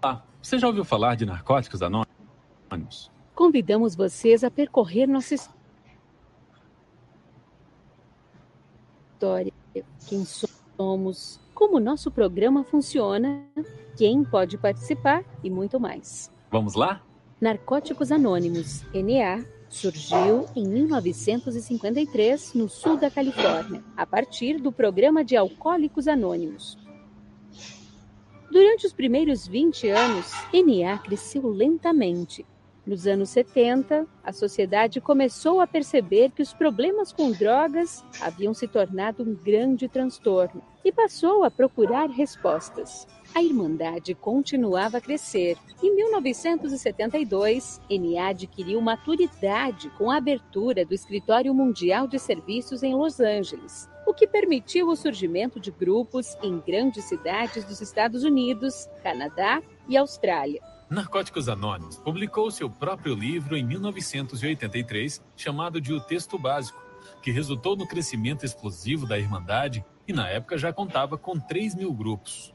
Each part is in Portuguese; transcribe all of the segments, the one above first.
Você já ouviu falar de Narcóticos Anônimos? Convidamos vocês a percorrer nossa história. Quem somos, como nosso programa funciona, quem pode participar e muito mais. Vamos lá? Narcóticos Anônimos, NA, surgiu em 1953 no sul da Califórnia, a partir do programa de Alcoólicos Anônimos. Durante os primeiros 20 anos, NA cresceu lentamente. Nos anos 70, a sociedade começou a perceber que os problemas com drogas haviam se tornado um grande transtorno e passou a procurar respostas. A Irmandade continuava a crescer. Em 1972, NA adquiriu maturidade com a abertura do Escritório Mundial de Serviços em Los Angeles, o que permitiu o surgimento de grupos em grandes cidades dos Estados Unidos, Canadá e Austrália. Narcóticos Anônimos publicou seu próprio livro em 1983, chamado de O Texto Básico, que resultou no crescimento explosivo da Irmandade e na época já contava com 3.000 grupos.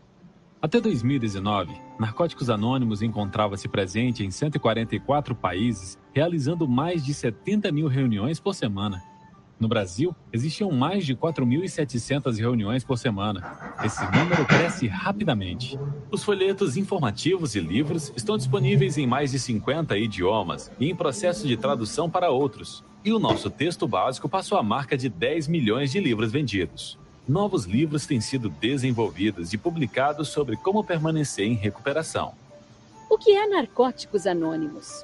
Até 2019, Narcóticos Anônimos encontrava-se presente em 144 países, realizando mais de 70.000 reuniões por semana. No Brasil, existiam mais de 4.700 reuniões por semana. Esse número cresce rapidamente. Os folhetos informativos e livros estão disponíveis em mais de 50 idiomas e em processo de tradução para outros. E o nosso texto básico passou a marca de 10 milhões de livros vendidos. Novos livros têm sido desenvolvidos e publicados sobre como permanecer em recuperação. O que é Narcóticos Anônimos?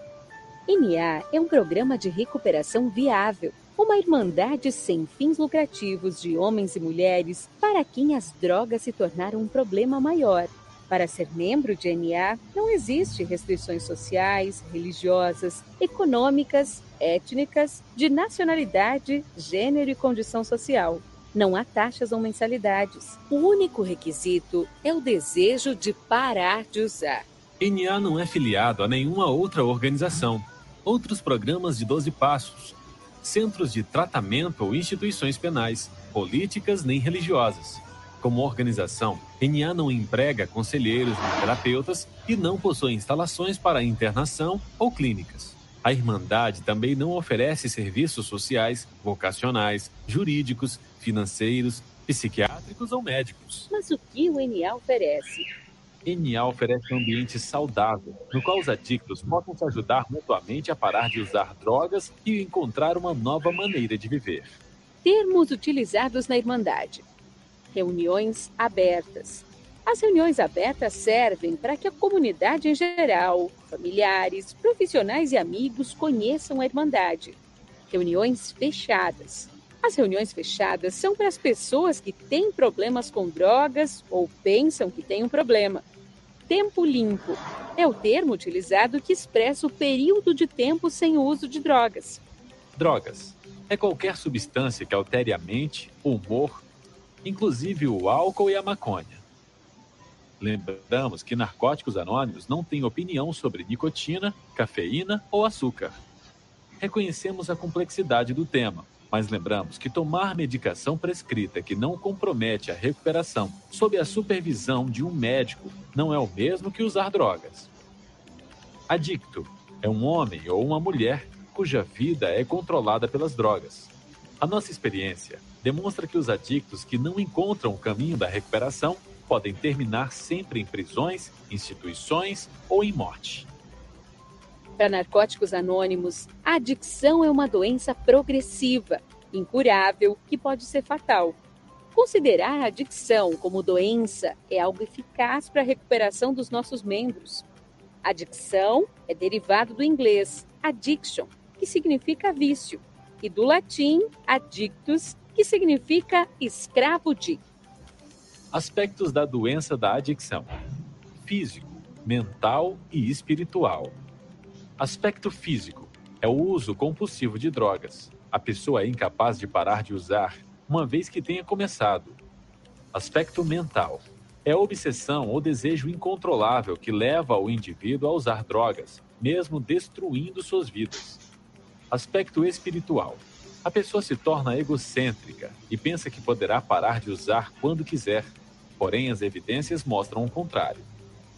NA é um programa de recuperação viável, uma irmandade sem fins lucrativos de homens e mulheres para quem as drogas se tornaram um problema maior. Para ser membro de NA, não existe restrições sociais, religiosas, econômicas, étnicas, de nacionalidade, gênero e condição social. Não há taxas ou mensalidades. O único requisito é o desejo de parar de usar. NA não é filiado a nenhuma outra organização, outros programas de 12 passos, centros de tratamento ou instituições penais, políticas nem religiosas. Como organização, NA não emprega conselheiros nem terapeutas e não possui instalações para internação ou clínicas. A Irmandade também não oferece serviços sociais, vocacionais, jurídicos, financeiros, psiquiátricos ou médicos. Mas o que o NA oferece? NA oferece um ambiente saudável, no qual os adictos possam se ajudar mutuamente a parar de usar drogas e encontrar uma nova maneira de viver. Termos utilizados na Irmandade. Reuniões abertas. As reuniões abertas servem para que a comunidade em geral, familiares, profissionais e amigos conheçam a Irmandade. Reuniões fechadas. As reuniões fechadas são para as pessoas que têm problemas com drogas ou pensam que têm um problema. Tempo limpo é o termo utilizado que expressa o período de tempo sem uso de drogas. Drogas é qualquer substância que altere a mente, o humor, inclusive o álcool e a maconha. Lembramos que Narcóticos Anônimos não tem opinião sobre nicotina, cafeína ou açúcar. Reconhecemos a complexidade do tema, mas lembramos que tomar medicação prescrita que não compromete a recuperação sob a supervisão de um médico não é o mesmo que usar drogas. Adicto é um homem ou uma mulher cuja vida é controlada pelas drogas. A nossa experiência demonstra que os adictos que não encontram o caminho da recuperação podem terminar sempre em prisões, instituições ou em morte. Para Narcóticos Anônimos, a adicção é uma doença progressiva, incurável, que pode ser fatal. Considerar a adicção como doença é algo eficaz para a recuperação dos nossos membros. Adicção é derivado do inglês addiction, que significa vício, e do latim addictus, que significa escravo de. Aspectos da doença da adicção: físico, mental e espiritual. Aspecto físico é o uso compulsivo de drogas. A pessoa é incapaz de parar de usar, uma vez que tenha começado. Aspecto mental é a obsessão ou desejo incontrolável que leva o indivíduo a usar drogas, mesmo destruindo suas vidas. Aspecto espiritual: a pessoa se torna egocêntrica e pensa que poderá parar de usar quando quiser, porém as evidências mostram o contrário.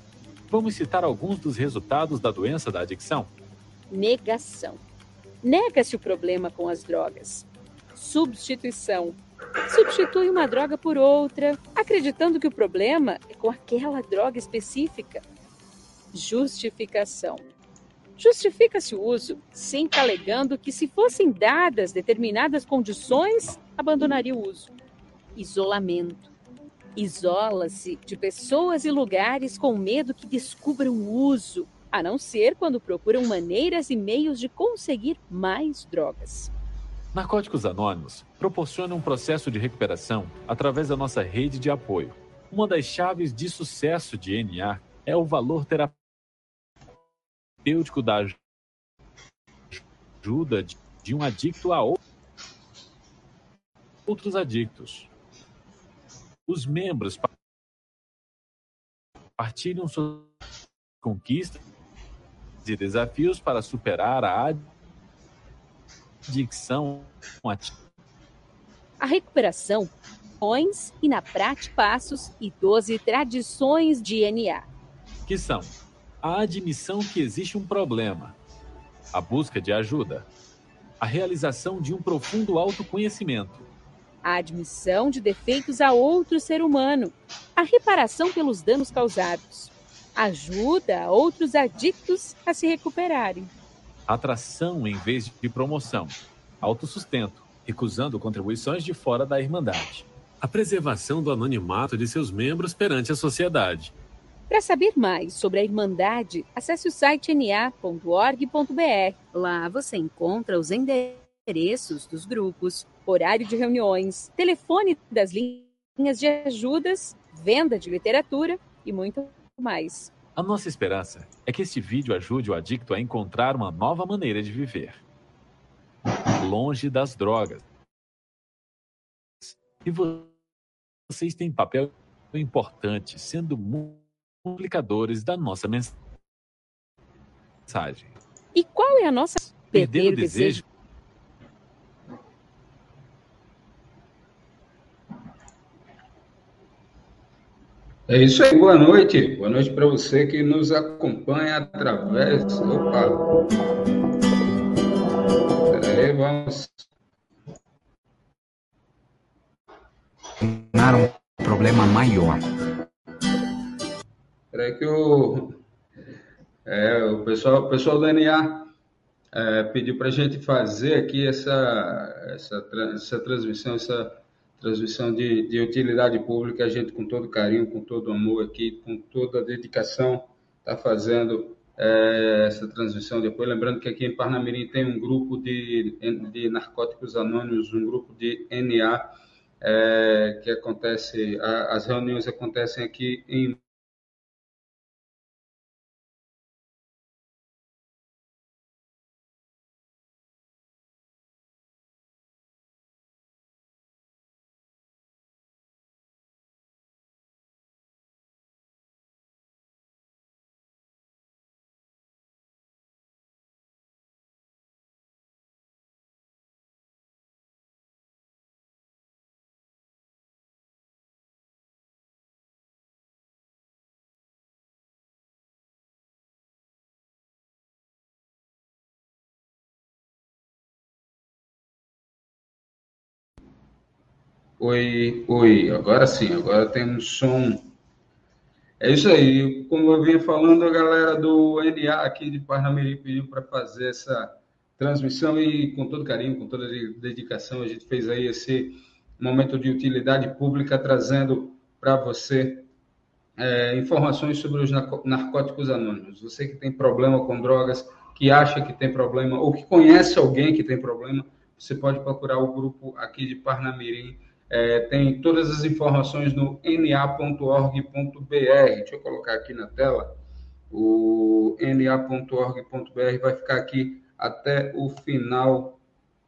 Vamos citar alguns dos resultados da doença da adicção. Negação. Nega-se o problema com as drogas. Substituição. Substitui uma droga por outra, acreditando que o problema é com aquela droga específica. Justificação. Justifica-se o uso, sempre alegando que, se fossem dadas determinadas condições, abandonaria o uso. Isolamento. Isola-se de pessoas e lugares com medo que descubram o uso, a não ser quando procuram maneiras e meios de conseguir mais drogas. Narcóticos Anônimos proporciona um processo de recuperação através da nossa rede de apoio. Uma das chaves de sucesso de NA é o valor terapêutico da ajuda de um adicto a outros adictos. Os membros partilham suas conquistas e desafios para superar a adicção. A recuperação, e na prática passos e 12 tradições de NA. Que são a admissão que existe um problema, a busca de ajuda, a realização de um profundo autoconhecimento, a admissão de defeitos a outro ser humano, a reparação pelos danos causados, ajuda a outros adictos a se recuperarem. Atração em vez de promoção, autossustento, recusando contribuições de fora da Irmandade. A preservação do anonimato de seus membros perante a sociedade. Para saber mais sobre a Irmandade, acesse o site na.org.br. Lá você encontra os endereços dos grupos, horário de reuniões, telefone das linhas de ajudas, venda de literatura e muito mais. A nossa esperança é que este vídeo ajude o adicto a encontrar uma nova maneira de viver, longe das drogas. E vocês têm papel importante, sendo multiplicadores da nossa mensagem. E qual é a nossa... Perder o desejo? É isso aí, boa noite. Boa noite para você que nos acompanha através... Opa! Peraí, vamos... Um problema maior. Peraí que o pessoal do NA pediu para a gente fazer aqui essa transmissão de utilidade pública. A gente, com todo carinho, com todo amor aqui, com toda a dedicação, está fazendo essa transmissão de apoio. Lembrando que aqui em Parnamirim tem um grupo de narcóticos anônimos, um grupo de NA, que acontece, as reuniões acontecem aqui em Oi, agora sim, agora temos som. É isso aí, como eu vinha falando, a galera do NA aqui de Parnamirim pediu para fazer essa transmissão e com todo carinho, com toda dedicação, a gente fez aí esse momento de utilidade pública, trazendo para você informações sobre os narcóticos anônimos. Você que tem problema com drogas, que acha que tem problema, ou que conhece alguém que tem problema, você pode procurar o grupo aqui de Parnamirim. Tem todas as informações no na.org.br. Deixa eu colocar aqui na tela. O na.org.br vai ficar aqui até o final.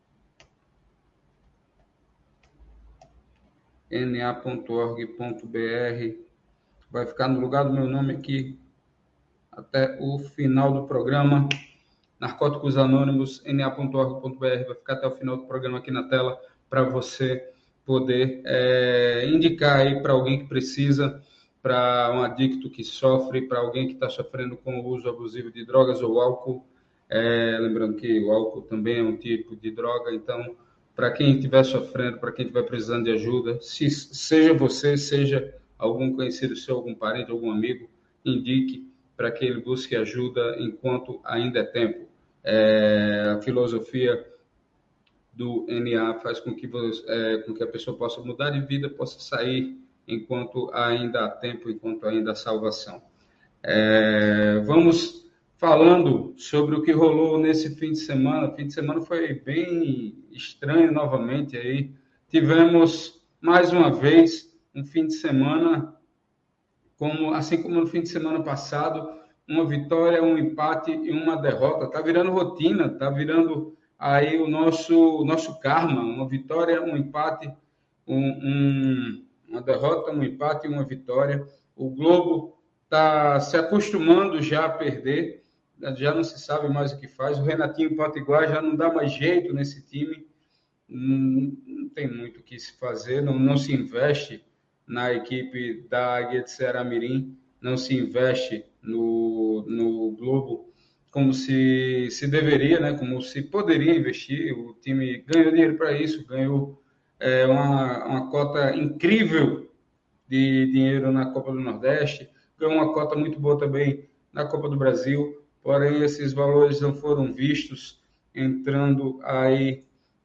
na.org.br vai ficar no lugar do meu nome aqui até o final do programa. Narcóticos Anônimos, na.org.br vai ficar até o final do programa aqui na tela para você poder indicar aí para alguém que precisa para um adicto que sofre, para alguém que está sofrendo com o uso abusivo de drogas ou álcool. Lembrando que o álcool também é um tipo de droga, então, para quem estiver sofrendo, para quem estiver precisando de ajuda, seja você, seja algum conhecido seu, algum parente, algum amigo, indique para que ele busque ajuda enquanto ainda é tempo. A filosofia do NA faz com que a pessoa possa mudar de vida, possa sair enquanto ainda há tempo, enquanto ainda há salvação. Vamos falando sobre o que rolou nesse fim de semana. O fim de semana foi bem estranho novamente. Aí tivemos, mais uma vez, um fim de semana, assim como no fim de semana passado, uma vitória, um empate e uma derrota. Está virando rotina, está virando aí o nosso karma, uma vitória, um empate, uma derrota, um empate e uma vitória. O Globo está se acostumando já a perder, já não se sabe mais o que faz. O Renatinho Potiguar já não dá mais jeito nesse time, não tem muito o que se fazer, não se investe na equipe da Águia de Ceará-Mirim, não se investe no Globo como se deveria, né? Como se poderia investir. O time ganhou dinheiro para isso, ganhou uma cota incrível de dinheiro na Copa do Nordeste, ganhou uma cota muito boa também na Copa do Brasil, porém esses valores não foram vistos entrando aí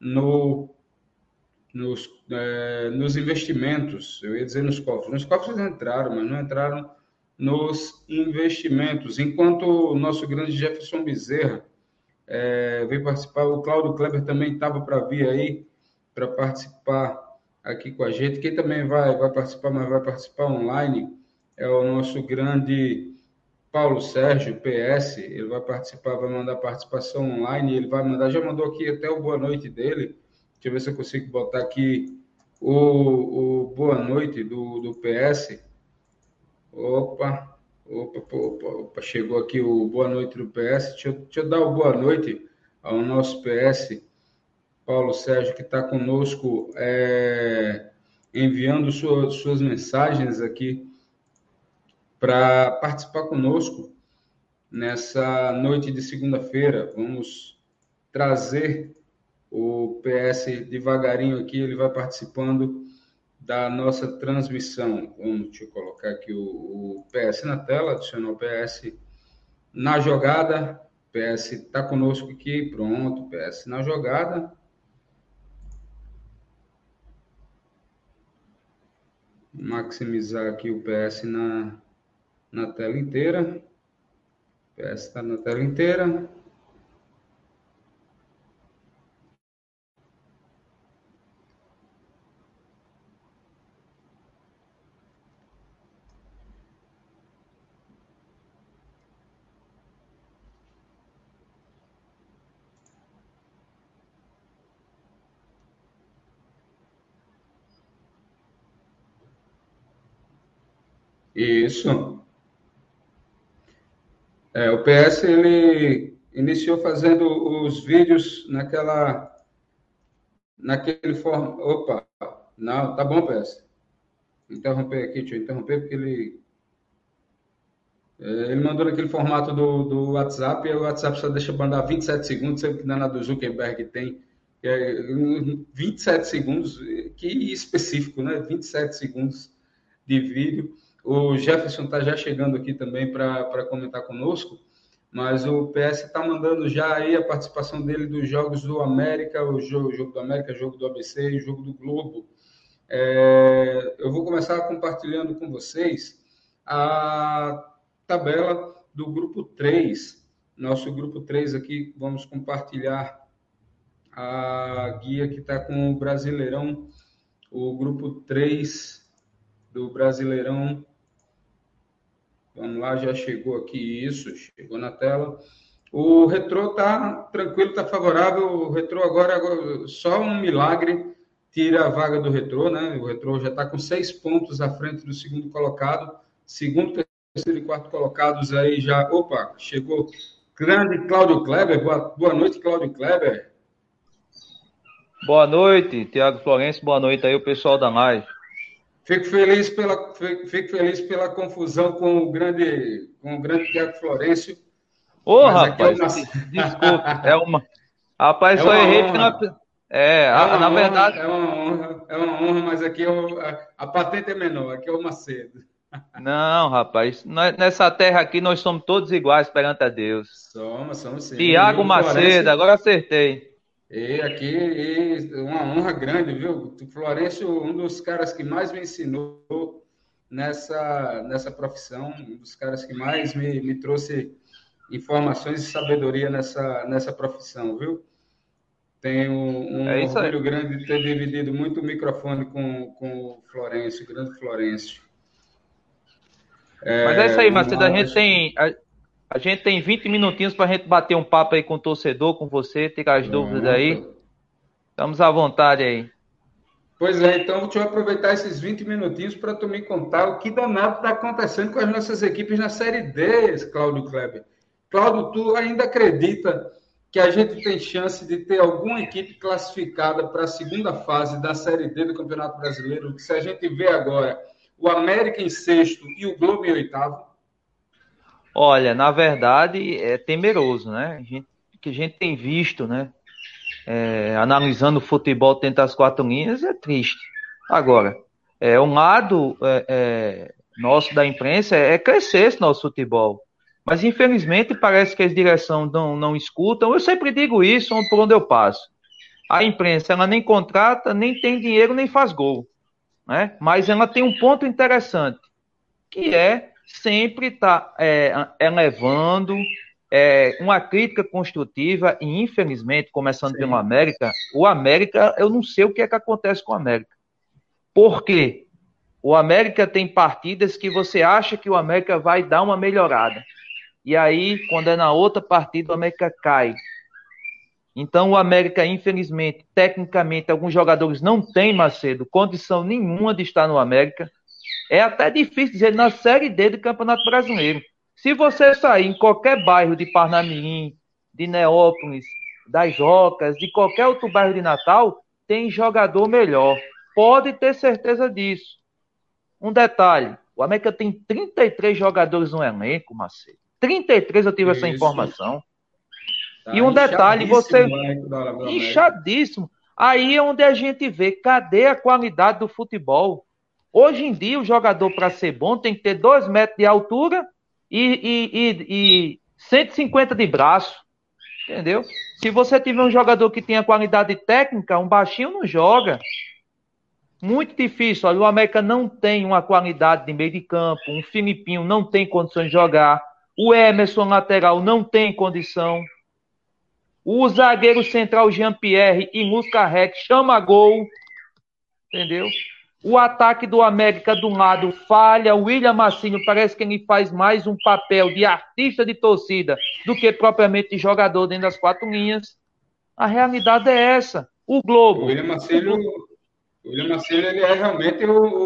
nos investimentos. Eu ia dizer nos cofres. Nos cofres entraram, mas não entraram nos investimentos. Enquanto o nosso grande Jefferson Bezerra veio participar, o Cláudio Kleber também estava para vir aí, para participar aqui com a gente. Quem também vai participar, mas vai participar online, é o nosso grande Paulo Sérgio, PS. Ele vai participar, vai mandar participação online, ele vai mandar, já mandou aqui até o boa noite dele. Deixa eu ver se eu consigo botar aqui o boa noite do PS. Opa, chegou aqui o boa noite do PS. Deixa eu dar o boa noite ao nosso PS, Paulo Sérgio, que está conosco, enviando suas mensagens aqui para participar conosco nessa noite de segunda-feira. Vamos trazer o PS devagarinho aqui, ele vai participando da nossa transmissão. Deixa eu colocar aqui o PS na tela, adicionar o PS na jogada. PS está conosco aqui, pronto, PS na jogada. Maximizar aqui o PS na tela inteira. PS está na tela inteira. Isso. O PS, ele iniciou fazendo os vídeos naquele formato. Opa, não, tá bom, PS. Deixa eu interromper, porque ele mandou naquele formato do WhatsApp, e o WhatsApp só deixa mandar 27 segundos, sempre que na do Zuckerberg tem 27 segundos, que específico, né? 27 segundos de vídeo. O Jefferson está já chegando aqui também para comentar conosco, mas o PS está mandando já aí a participação dele dos jogos do América, o jogo do América, jogo do ABC e jogo do Globo. Eu vou começar compartilhando com vocês a tabela do grupo 3. Nosso grupo 3 aqui, vamos compartilhar a guia que está com o Brasileirão, o grupo 3 do Brasileirão. Vamos lá, já chegou aqui isso, chegou na tela. O Retrô está tranquilo, está favorável. O Retrô agora, só um milagre tira a vaga do Retrô, né? O Retrô já está com 6 pontos à frente do segundo colocado. Segundo, terceiro e quarto colocados aí já... Opa, chegou grande Cláudio Kleber. Boa noite, Cláudio Kleber. Boa noite, Tiago Florencio. Boa noite aí, o pessoal da live. Fico feliz pela confusão com o grande Thiago Florencio. Ô, rapaz, desculpe, Rapaz, É só uma errei porque honra. na verdade. É uma honra, mas aqui a patente é menor, aqui é o Macedo. Não, rapaz, nessa terra aqui nós somos todos iguais perante a Deus. Somos sim. Tiago Macedo, agora acertei. Uma honra grande, viu? O Florencio, um dos caras que mais me ensinou nessa profissão, um dos caras que mais me trouxe informações e sabedoria nessa profissão, viu? Tenho um orgulho grande de ter dividido muito o microfone com o Florencio, o grande Florencio. Mas é isso aí, Macedo, a gente tem 20 minutinhos para a gente bater um papo aí com o torcedor, com você, tirar as dúvidas aí. Estamos à vontade aí. Pois é, então deixa eu aproveitar esses 20 minutinhos para tu me contar o que danado está acontecendo com as nossas equipes na Série D, Cláudio Kleber. Cláudio, tu ainda acredita que a gente tem chance de ter alguma equipe classificada para a segunda fase da Série D do Campeonato Brasileiro? Se a gente vê agora o América em sexto e o Globo em oitavo? Olha, na verdade, é temeroso, né? Que a gente tem visto, né? Analisando o futebol dentro das quatro linhas, é triste. Agora, um lado nosso da imprensa é crescer esse nosso futebol. Mas, infelizmente, parece que a direção não escutam. Eu sempre digo isso por onde eu passo. A imprensa, ela nem contrata, nem tem dinheiro, nem faz gol. Né? Mas ela tem um ponto interessante, que é sempre estar elevando uma crítica construtiva e, infelizmente, começando pelo América, o América, eu não sei o que acontece com o América. Por quê? O América tem partidas que você acha que o América vai dar uma melhorada. E aí, quando é na outra partida, o América cai. Então, o América, infelizmente, tecnicamente, alguns jogadores não têm, Macedo, condição nenhuma de estar no América. É até difícil dizer na Série D do Campeonato Brasileiro. Se você sair em qualquer bairro de Parnamirim, de Neópolis, das Ocas, de qualquer outro bairro de Natal, tem jogador melhor. Pode ter certeza disso. Um detalhe, o América tem 33 jogadores no elenco, Macedo. 33 eu tive essa informação. Tá, e um detalhe, você... Inchadíssimo. Aí é onde a gente vê, cadê a qualidade do futebol? Hoje em dia, o jogador, para ser bom, tem que ter 2 metros de altura e 150 de braço. Entendeu? Se você tiver um jogador que tenha qualidade técnica, um baixinho não joga. Muito difícil. Olha, o América não tem uma qualidade de meio de campo. Um Filipinho não tem condições de jogar. O Emerson, lateral, não tem condição. O zagueiro central, Jean-Pierre e Muscarrec, chama gol. Entendeu? O ataque do América, de um lado, falha. O William Massinho parece que ele faz mais um papel de artista de torcida do que propriamente de jogador dentro das quatro linhas. A realidade é essa. O Globo... O William Massinho, ele é realmente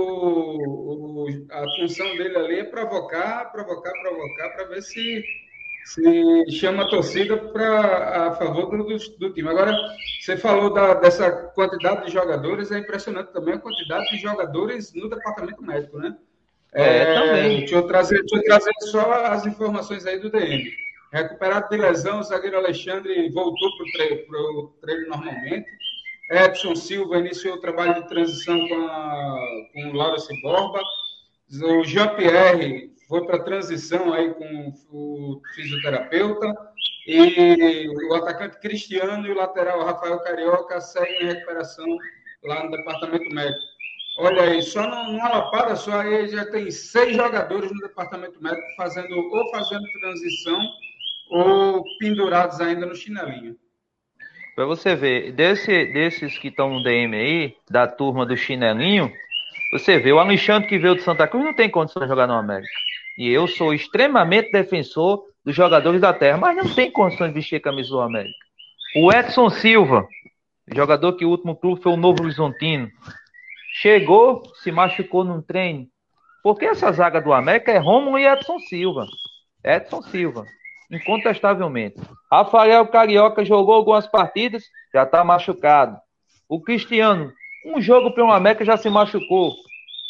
a função dele ali é provocar para ver se chama a torcida a favor do time. Agora, você falou dessa quantidade de jogadores, é impressionante também a quantidade de jogadores no departamento médico, né? Também. Deixa eu trazer só as informações aí do DM. Recuperado de lesão, o zagueiro Alexandre voltou para o treino normalmente. Edson Silva iniciou o trabalho de transição com o Laurence Borba. O Jean-Pierre foi para a transição aí com o fisioterapeuta. E o atacante Cristiano e o lateral Rafael Carioca seguem em recuperação lá no departamento médico. Olha aí, só numa lapada só aí já tem 6 jogadores no departamento médico fazendo transição ou pendurados ainda no chinelinho. Para você ver, desses que estão no DM aí, da turma do chinelinho, você vê, o Alexandre que veio de Santa Cruz não tem condição de jogar no América. E eu sou extremamente defensor dos jogadores da terra, mas não tem condições de vestir a camisa do América. O Edson Silva, jogador que o último clube foi o Novo Horizontino, chegou, se machucou num treino. Porque essa zaga do América é Rômulo e Edson Silva. Edson Silva, incontestavelmente. Rafael Carioca jogou algumas partidas, já está machucado. O Cristiano, um jogo para o América já se machucou.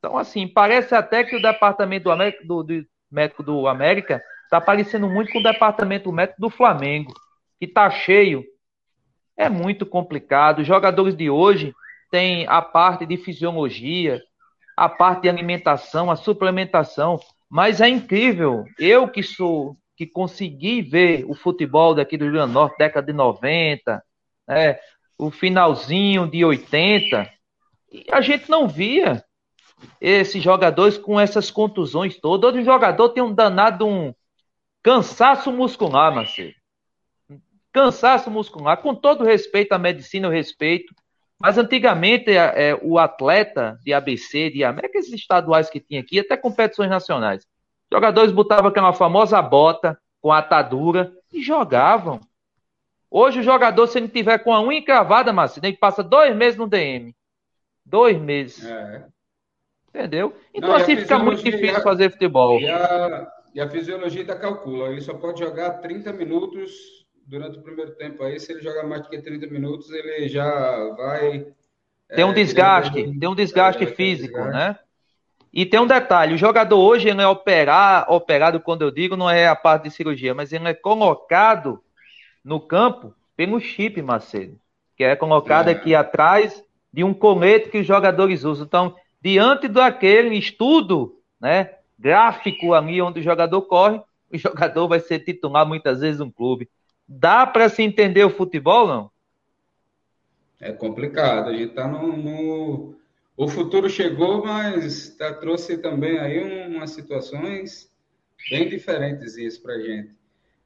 Então, assim, parece até que o departamento do médico do América está parecendo muito com o departamento médico do Flamengo, que está cheio. É muito complicado. Os jogadores de hoje têm a parte de fisiologia, a parte de alimentação, a suplementação, mas é incrível. Eu que consegui ver o futebol daqui do Rio Grande do Norte, década de 90, né, o finalzinho de 80, e a gente não via esses jogadores com essas contusões todas. Todo jogador tem um danado, um cansaço muscular, Marcelo. Cansaço muscular. Com todo respeito à medicina, eu respeito. Mas antigamente o atleta de ABC, de América, esses estaduais que tinha aqui, até competições nacionais, os jogadores botavam aquela famosa bota com atadura e jogavam. Hoje o jogador, se ele tiver com a unha encravada, Marcelo, ele passa 2 meses no DM. 2 meses. Entendeu? Então, não, assim fica muito difícil fazer futebol. E a fisiologia ainda calcula. Ele só pode jogar 30 minutos durante o primeiro tempo. Aí, se ele jogar mais do que 30 minutos, ele já vai... Tem um desgaste físico, né? E tem um detalhe, o jogador hoje ele é operado, quando eu digo, não é a parte de cirurgia, mas ele é colocado no campo pelo chip, Macedo, que é colocado aqui atrás de um colete que os jogadores usam. Então, diante daquele estudo, né, gráfico ali onde o jogador corre, o jogador vai ser titular muitas vezes no clube. Dá para se entender o futebol, não? É complicado. A gente está no... O futuro chegou, mas trouxe também aí umas situações bem diferentes isso para a gente.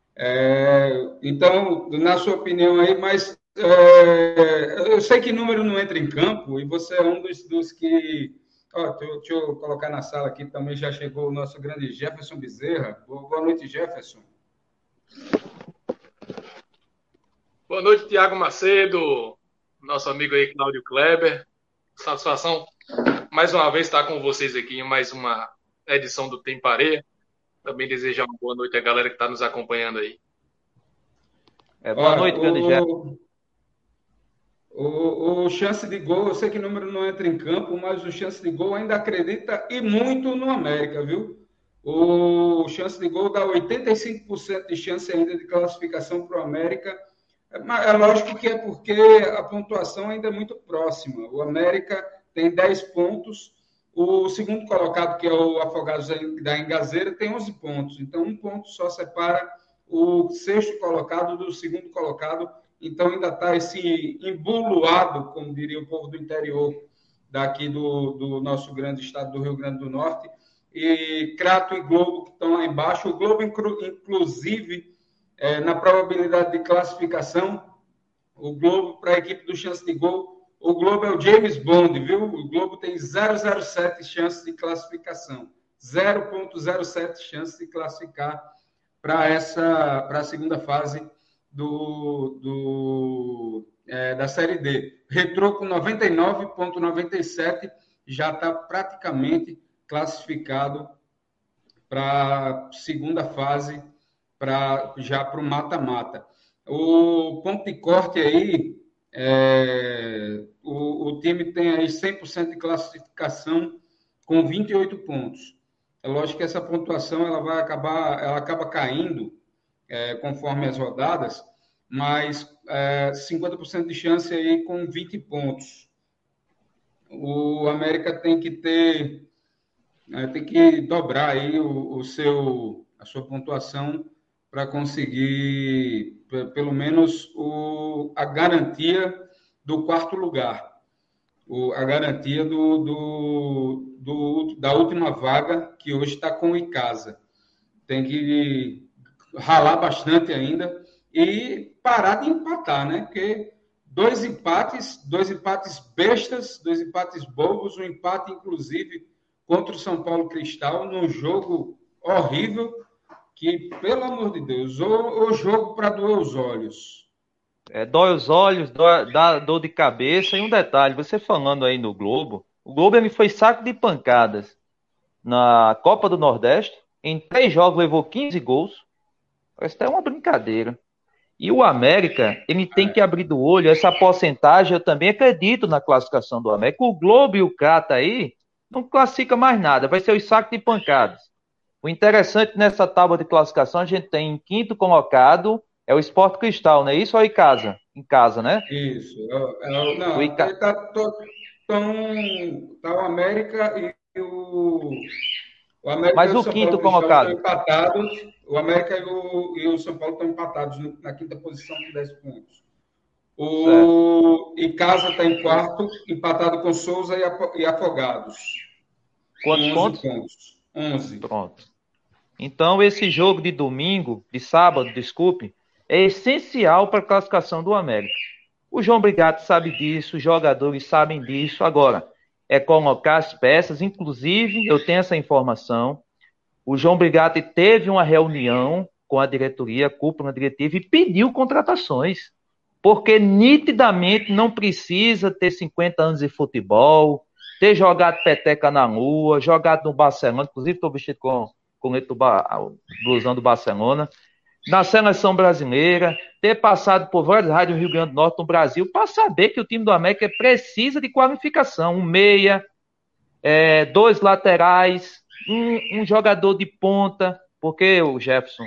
Então, na sua opinião aí, mas eu sei que número não entra em campo e você é um dos que... deixa eu colocar na sala aqui, também já chegou o nosso grande Jefferson Bezerra. Boa noite, Jefferson. Boa noite, Tiago Macedo, nosso amigo aí, Cláudio Kleber. Satisfação, mais uma vez, estar com vocês aqui em mais uma edição do Tem Pareia. Também desejar uma boa noite à galera que está nos acompanhando aí. Boa noite, grande Jefferson. O chance de gol, eu sei que o número não entra em campo, mas o chance de gol ainda acredita e muito no América, viu? O chance de gol dá 85% de chance ainda de classificação para o América. É lógico que é porque a pontuação ainda é muito próxima. O América tem 10 pontos, o segundo colocado, que é o Afogados da Engazeira, tem 11 pontos. Então, 1 ponto só separa o sexto colocado do segundo colocado. Então, ainda está esse embuluado, como diria o povo do interior daqui do nosso grande estado do Rio Grande do Norte. E Crato e Globo, que estão lá embaixo. O Globo, inclusive, na probabilidade de classificação, o Globo, para a equipe do chance de gol, o Globo é o James Bond, viu? O Globo tem 0,07 chances de classificação. 0,07 chances de classificar para a segunda fase da Série D. Retrô com 99,97 já está praticamente classificado para a segunda fase, já para o mata-mata. O ponto de corte aí, o time tem aí 100% de classificação com 28 pontos. É lógico que essa pontuação ela acaba caindo conforme as rodadas, mas 50% de chance aí com 20 pontos. O América tem que dobrar aí a sua pontuação para conseguir, pelo menos, a garantia do quarto lugar, a garantia da última vaga, que hoje está com o Icasa. Tem que ralar bastante ainda e parar de empatar, né? Porque dois empates bestas, 2 empates bobos, um empate, inclusive, contra o São Paulo Cristal, num jogo horrível, que, pelo amor de Deus, o jogo para doer os olhos. Dói os olhos, dá dor de cabeça. E um detalhe, você falando aí no Globo, o Globo ele foi saco de pancadas na Copa do Nordeste, em 3 jogos levou 15 gols. Isso é uma brincadeira. E o América, ele tem que abrir do olho essa porcentagem. Eu também acredito na classificação do América. O Globo e o Cata aí Não classifica mais nada, vai ser os sacos de pancadas. O interessante nessa tábua de classificação, a gente tem em quinto colocado, é o Sport Cristal, não é isso? Ou em casa? Em casa, né? Isso. Não, tá o América e o América e Mas o o São Paulo quinto Cristal estão colocado? empatados. O América e o São Paulo estão empatados na quinta posição com 10 pontos. Certo. O Icasa está em quarto, empatado com Souza e Afogados. Quantos com 11 pontos? pontos. 11. Pronto. Então, esse jogo de domingo, de sábado, desculpe, é essencial para a classificação do América. O João Brigatti sabe disso, os jogadores sabem disso. Agora, é colocar as peças. Inclusive, eu tenho essa informação. O João Brigatti teve uma reunião com a diretoria, cúpula diretiva, e pediu contratações. Porque nitidamente não precisa ter 50 anos de futebol, ter jogado peteca na lua, jogado no Barcelona. Inclusive, estou vestido com o blusão do Barcelona. Na seleção brasileira, ter passado por várias rádios do Rio Grande do Norte no Brasil, para saber que o time do América precisa de qualificação. Um meia, dois laterais, um jogador de ponta, porque o Jefferson,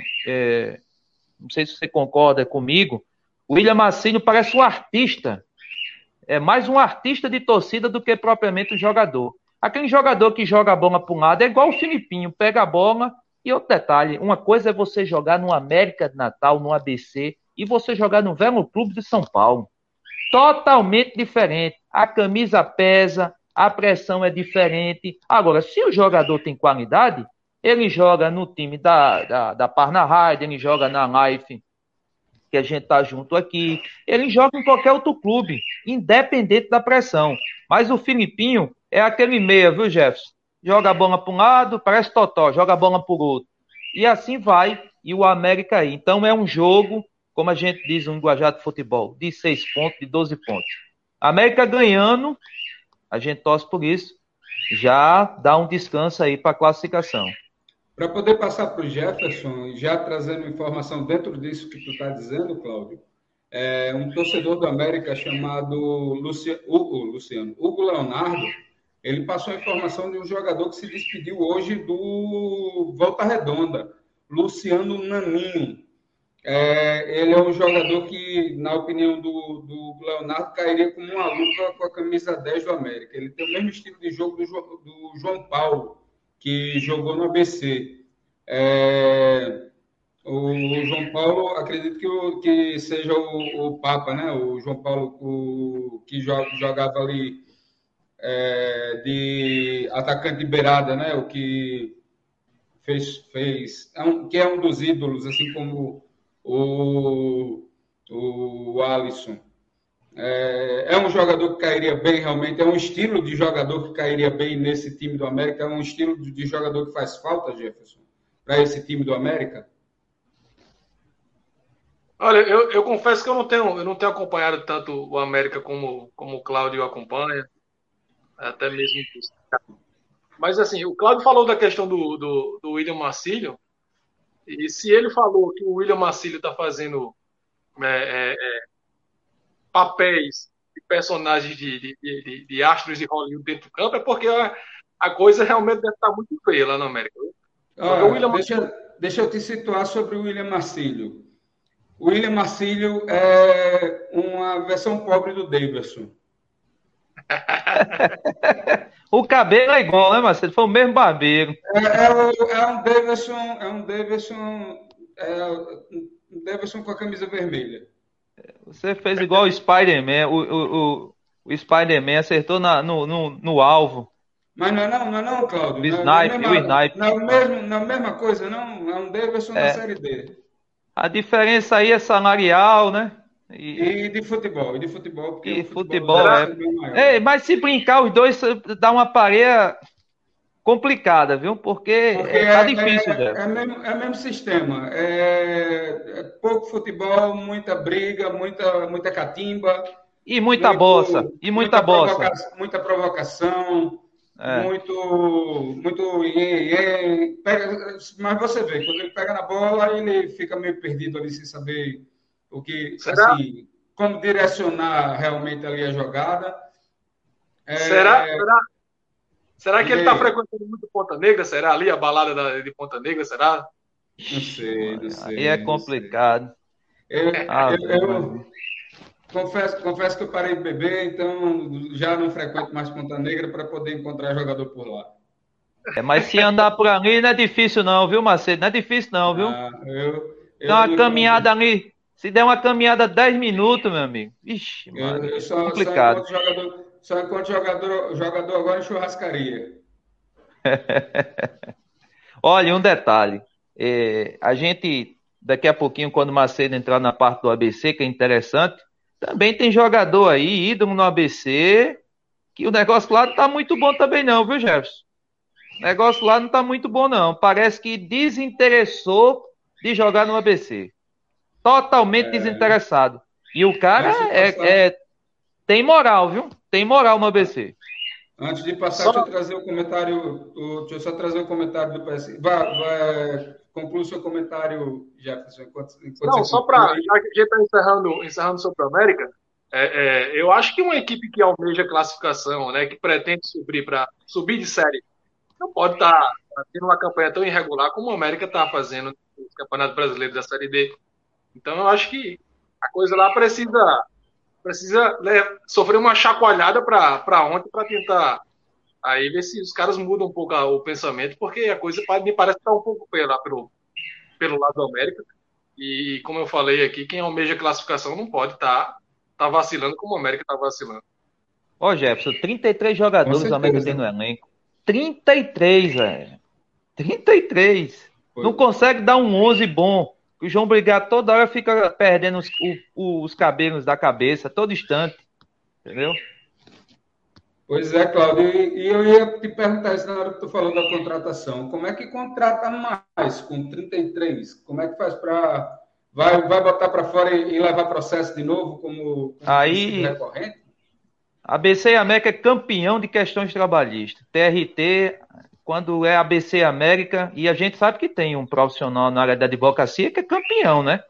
não sei se você concorda comigo, o William Marcílio parece um artista, é mais um artista de torcida do que propriamente um jogador. Aquele jogador que joga a bola para um lado é igual o Filipinho, pega a bola. E outro detalhe, uma coisa é você jogar no América de Natal, no ABC, e você jogar no Velo Clube de São Paulo. Totalmente diferente. A camisa pesa, a pressão é diferente. Agora, se o jogador tem qualidade, ele joga no time da Parnaride, ele joga na Life, que a gente tá junto aqui, ele joga em qualquer outro clube, independente da pressão. Mas o Filipinho é aquele meia, viu, Jefferson? Joga a bola para um lado, parece totó, joga a bola para o outro. E assim vai, e o América aí. Então é um jogo, como a gente diz no linguajar de futebol, de 6 pontos, de 12 pontos. América ganhando, a gente torce por isso, já dá um descanso aí para a classificação. Para poder passar para o Jefferson, já trazendo informação dentro disso que tu está dizendo, Cláudio, um torcedor do América chamado Hugo Leonardo, ele passou a informação de um jogador que se despediu hoje do Volta Redonda, Luciano Naninho. Ele é um jogador que, na opinião do Leonardo, cairia como uma luva com a camisa 10 do América. Ele tem o mesmo estilo de jogo do João Paulo, que jogou no ABC. O João Paulo, acredito que seja o Papa, né? O João Paulo, que jogava ali de atacante de beirada, né? O que fez que é um dos ídolos, assim como o Alisson. É um jogador que cairia bem, realmente. É um estilo de jogador que cairia bem nesse time do América. É um estilo de jogador que faz falta, Jefferson, para esse time do América. Olha, eu confesso que eu não tenho acompanhado tanto o América como o Cláudio acompanha, até mesmo isso. Mas assim, o Cláudio falou da questão do William Marcílio, e se ele falou que o William Marcílio está fazendo papéis de personagens de astros de Hollywood dentro do campo, é porque a coisa realmente deve estar muito feia lá na América. Deixa eu te situar sobre o William Marcílio. O William Marcílio é uma versão pobre do Davidson. O cabelo é igual, né, Marcelo? Foi o mesmo barbeiro. É um Davidson com a camisa vermelha. Você fez igual o Spider-Man. O Spider-Man acertou no alvo. Mas não é não, Cláudio. O snipe. Não é a mesma coisa, não. É um Davidson da Série D. A diferença aí é salarial, né? E de futebol. Porque e o futebol mas se brincar, os dois dá uma pareia complicada, viu? Porque tá difícil, velho. É o mesmo sistema. É pouco futebol, muita briga, muita catimba. E muita bossa. Muita provocação. Muito mas você vê, quando ele pega na bola, ele fica meio perdido ali sem saber o que, assim, como direcionar realmente ali a jogada. Será que ele Diga está aí. frequentando muito Ponta Negra? Será ali a balada de Ponta Negra? Será? Não sei, não Aí é sei, não sei. complicado. Ave Eu Maria. confesso que eu parei de beber, então já não frequento mais Ponta Negra para poder encontrar jogador por lá. Mas se andar por ali não é difícil não, viu, Macedo? Não é difícil não, viu? Ah, Dá eu uma não encontro. caminhada ali. Se der uma caminhada 10 minutos, meu amigo. Ixi, Maria. Eu só Complicado. encontro jogador agora em churrascaria. Olha, um detalhe. A gente, daqui a pouquinho, quando o Macedo entrar na parte do ABC, que é interessante, também tem jogador aí, ídolo no ABC, que o negócio lá não tá muito bom também não, viu, Jefferson? O negócio lá não tá muito bom não. Parece que desinteressou de jogar no ABC. Totalmente desinteressado. E o cara Antes de passar, tem moral, viu? Tem moral no ABC. antes de passar, Só, deixa eu trazer o comentário. Deixa eu só trazer o comentário do PS. Conclua o seu comentário, Jefferson, enquanto não, você só para. conclui. Já que a gente está encerrando sobre a América, eu acho que uma equipe que almeja classificação, né, que pretende subir de série, não pode estar tendo uma campanha tão irregular como a América está fazendo no Campeonato Brasileiro da Série D. Então eu acho que a coisa lá precisa né, sofrer uma chacoalhada para ontem para tentar aí ver se os caras mudam um pouco o pensamento, porque a coisa me parece estar um pouco feia lá pelo lado do América. E como eu falei aqui, quem almeja classificação não pode tá vacilando como o América está vacilando. Ó, Jefferson, 33 Com jogadores o América tem certeza. no elenco. 33, velho. 33. Não Pois, consegue dar um 11 bom. O João Brigado toda hora fica perdendo os cabelos da cabeça, todo instante. Entendeu? pois é, Cláudio. E eu ia te perguntar isso na hora que tu falou da contratação. Como é que contrata mais com 33? Como é que faz para. Vai botar para fora e levar processo de novo, como tem sido Aí, recorrente? ABC e América é campeão de questões trabalhistas. TRT, quando é ABC e América, e a gente sabe que tem um profissional na área da advocacia que é campeão, né?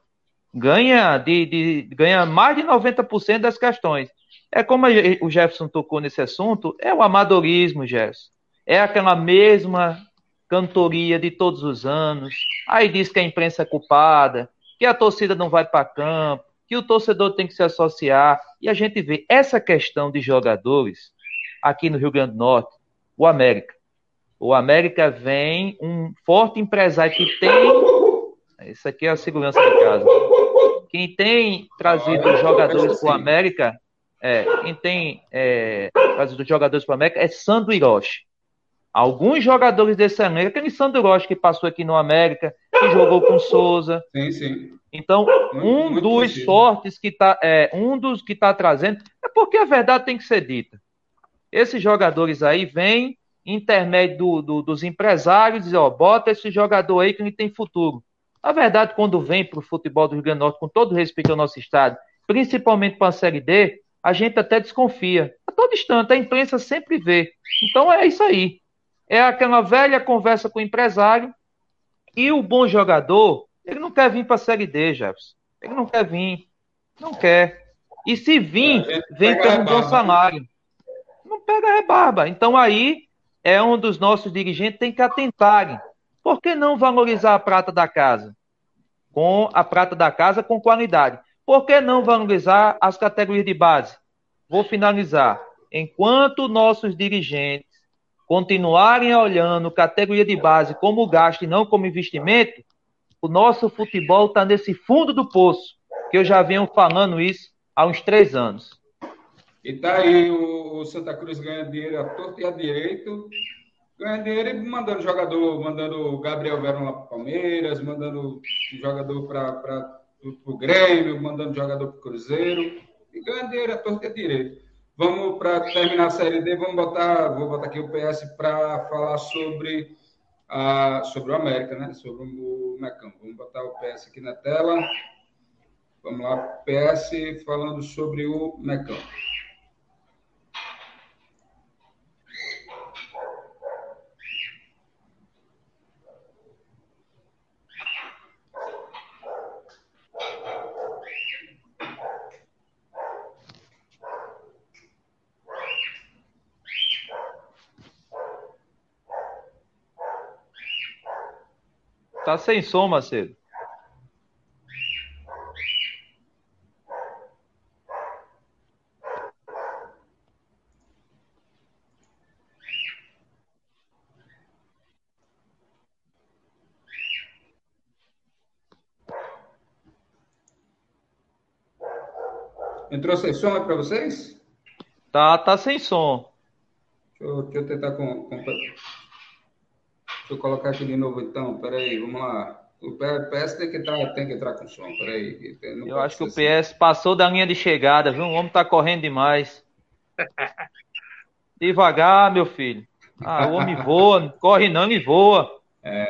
Ganha mais de 90% das questões. É como o Jefferson tocou nesse assunto, é o amadorismo, Jefferson. É aquela mesma cantoria de todos os anos. Aí diz que a imprensa é culpada, que a torcida não vai para campo, que o torcedor tem que se associar. E a gente vê essa questão de jogadores aqui no Rio Grande do Norte, o América. O América vem um forte empresário que tem. Isso aqui é a segurança de casa. Quem tem trazido jogadores para o América, quem tem trazido jogadores para o América é Sandro Hiroshi. Alguns jogadores desse América, aquele Sandro Hiroshi que passou aqui no América, que jogou com Souza. Sim, sim. Então, Muito, muito dos possível. fortes que está, um dos que está trazendo, é porque a verdade tem que ser dita. Esses jogadores aí vêm, intermédio dos empresários, e ó, bota esse jogador aí que não tem futuro. Na verdade, quando vem para o futebol do Rio Grande do Norte, com todo respeito ao nosso estado, principalmente para a Série D, a gente até desconfia. A todo instante, a imprensa sempre vê. Então é isso aí. É aquela velha conversa com o empresário e o bom jogador, ele não quer vir para a Série D, Jefferson. Ele não quer vir. Não quer. E se vir, vem Pega a pelo bom rebarba, né? salário. Não pega rebarba. Então aí é um dos nossos dirigentes tem que atentarem. Por que não valorizar a prata da casa? Com a prata da casa com qualidade. Por que não valorizar as categorias de base? Vou finalizar. Enquanto nossos dirigentes continuarem olhando categoria de base como gasto e não como investimento, o nosso futebol está nesse fundo do poço, que eu já venho falando isso há uns 3 anos. E tá aí, o Santa Cruz ganha dinheiro à torta e à direito, ganha dinheiro e mandando jogador, mandando o Gabriel Verão lá para o Palmeiras, mandando jogador para o Grêmio, mandando jogador para o Cruzeiro, e ganha dinheiro à torta e à direito. Vamos, para terminar a Série D, vou botar aqui o PS para falar sobre o América, né? Sobre o Mecão. Vamos botar o PS aqui na tela. Vamos lá, PS falando sobre o Mecão. Tá sem som, Macedo. Entrou sem som aí para vocês? Tá sem som. Deixa eu tentar deixa eu colocar aqui de novo então. Peraí, vamos lá. O PS tem que entrar com som. Peraí. Eu acho que o PS passou da linha de chegada, viu? O homem tá correndo demais. Devagar, meu filho. O homem voa, não corre não, ele voa.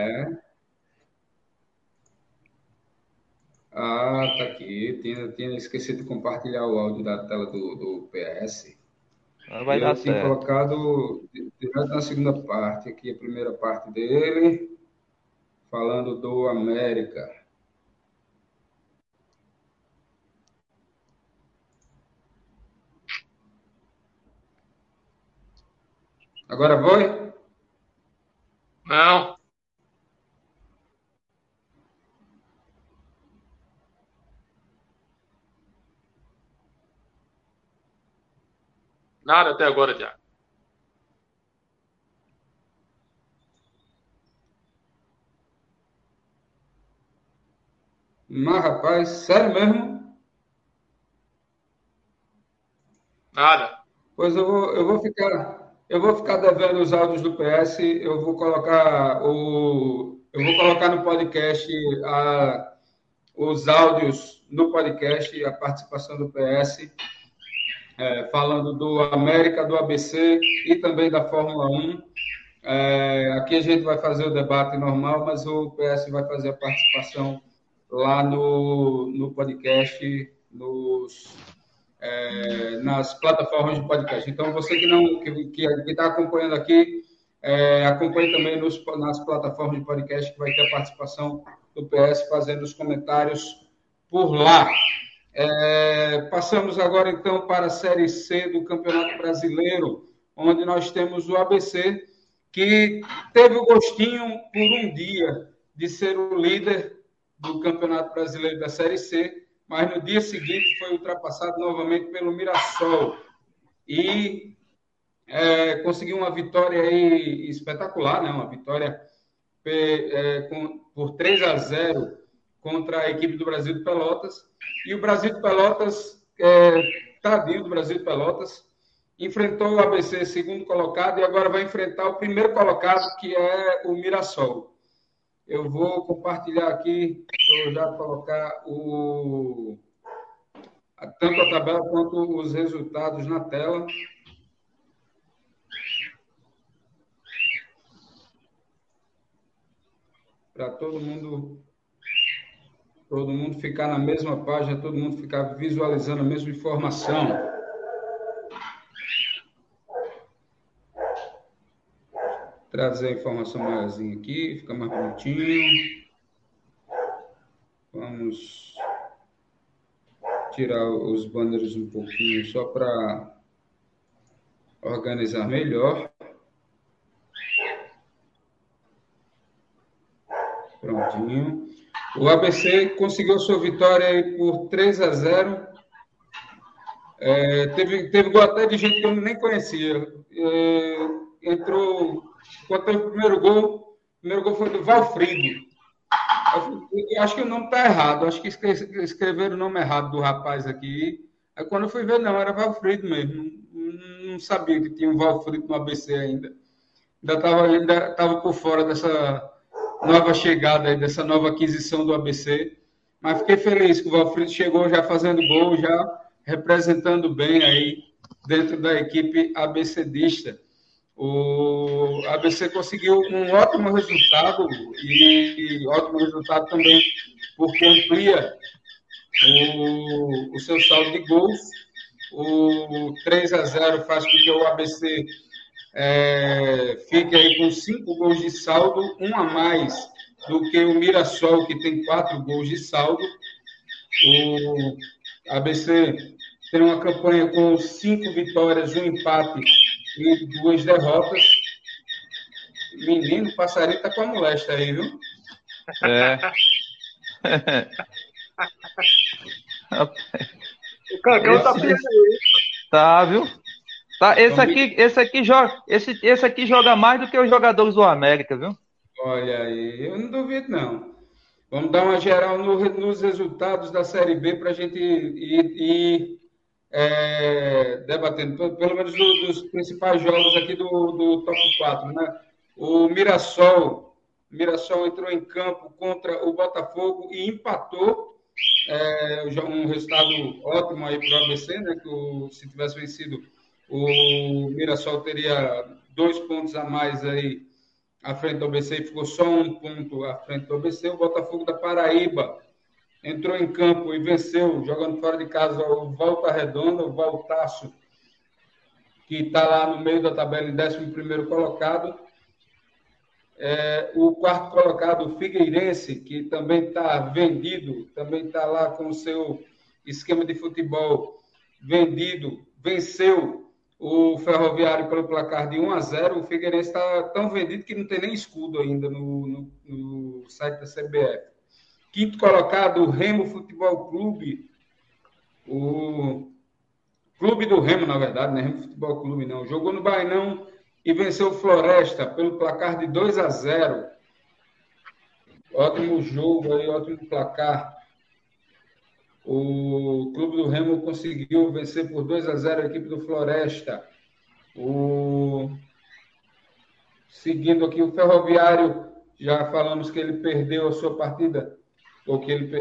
Tá aqui. Tinha esquecido de compartilhar o áudio da tela do PS. Vai dar certo. Eu tinha colocado direto na segunda parte, aqui a primeira parte dele, falando do América. Agora foi? Não. Nada até agora, Thiago. Mas, rapaz, sério mesmo? Nada. Pois eu vou ficar devendo os áudios do PS, eu vou colocar no podcast os áudios no podcast, a participação do PS, falando do América, do ABC e também da Fórmula 1. Aqui a gente vai fazer o debate normal, mas o PS vai fazer a participação lá no podcast, nas plataformas de podcast. Então, você que está acompanhando aqui, acompanhe também nas plataformas de podcast, que vai ter a participação do PS fazendo os comentários por lá. Passamos agora, então, para a Série C do Campeonato Brasileiro, onde nós temos o ABC, que teve o gostinho por um dia de ser o líder do Campeonato Brasileiro da Série C, mas no dia seguinte foi ultrapassado novamente pelo Mirassol e conseguiu uma vitória aí espetacular, né? Uma vitória por 3-0 contra a equipe do Brasil de Pelotas. E o Brasil de Pelotas, tadinho do Brasil de Pelotas, enfrentou o ABC segundo colocado e agora vai enfrentar o primeiro colocado, que é o Mirassol. Eu vou compartilhar aqui, eu já colocar tanto a tabela quanto os resultados na tela. Para todo mundo ficar na mesma página, todo mundo ficar visualizando a mesma informação. Trazer a informação maiorzinha aqui, fica mais bonitinho. Vamos tirar os banners um pouquinho só para organizar melhor. Prontinho. O ABC conseguiu sua vitória aí por 3-0. Teve gol até de gente que eu nem conhecia. Quanto ao primeiro gol foi do Valfrido. Eu acho que o nome está errado. Acho que escreveram o nome errado do rapaz aqui. Aí quando eu fui ver, não, era Valfrido mesmo. Não sabia que tinha um Valfrido no ABC ainda. Ainda estava por fora dessa nova chegada aí, dessa nova aquisição do ABC. Mas fiquei feliz que o Valfrido chegou já fazendo gol, já representando bem aí dentro da equipe ABCdista. O ABC conseguiu um ótimo resultado, e ótimo resultado também porque amplia o seu saldo de gols. O 3-0 faz com que o ABC fique aí com 5 gols de saldo, um a mais do que o Mirassol, que tem 4 gols de saldo. O ABC tem uma campanha com 5 vitórias, um empate e 2 derrotas. Menino, o passarinho tá com a moléstia aí, viu? É. O Cacau tá piando aí. Tá, viu? Tá, esse aqui joga mais do que os jogadores do América, viu? Olha aí, eu não duvido, não. Vamos dar uma geral nos resultados da Série B para a gente ir debatendo, pelo menos dos principais jogos aqui do top 4, né? O Mirassol entrou em campo contra o Botafogo e empatou. Um resultado ótimo aí para o ABC, né? Que se tivesse vencido, o Mirassol teria 2 pontos a mais aí à frente do ABC e ficou só 1 ponto à frente do ABC. O Botafogo da Paraíba entrou em campo e venceu, jogando fora de casa, o Volta Redonda, o Voltaço, que está lá no meio da tabela em 11º colocado. O quarto colocado, o Figueirense, que também está vendido, também está lá com o seu esquema de futebol vendido, venceu o Ferroviário pelo placar de 1-0. O Figueirense está tão vendido que não tem nem escudo ainda no site da CBF. Quinto colocado, o Remo Futebol Clube. O Clube do Remo, na verdade, não é Remo Futebol Clube, não. Jogou no Bainão e venceu o Floresta pelo placar de 2-0. Ótimo jogo aí, ótimo placar. O Clube do Remo conseguiu vencer por 2-0 a equipe do Floresta. Seguindo aqui, o Ferroviário, já falamos que ele perdeu a sua partida, ou que ele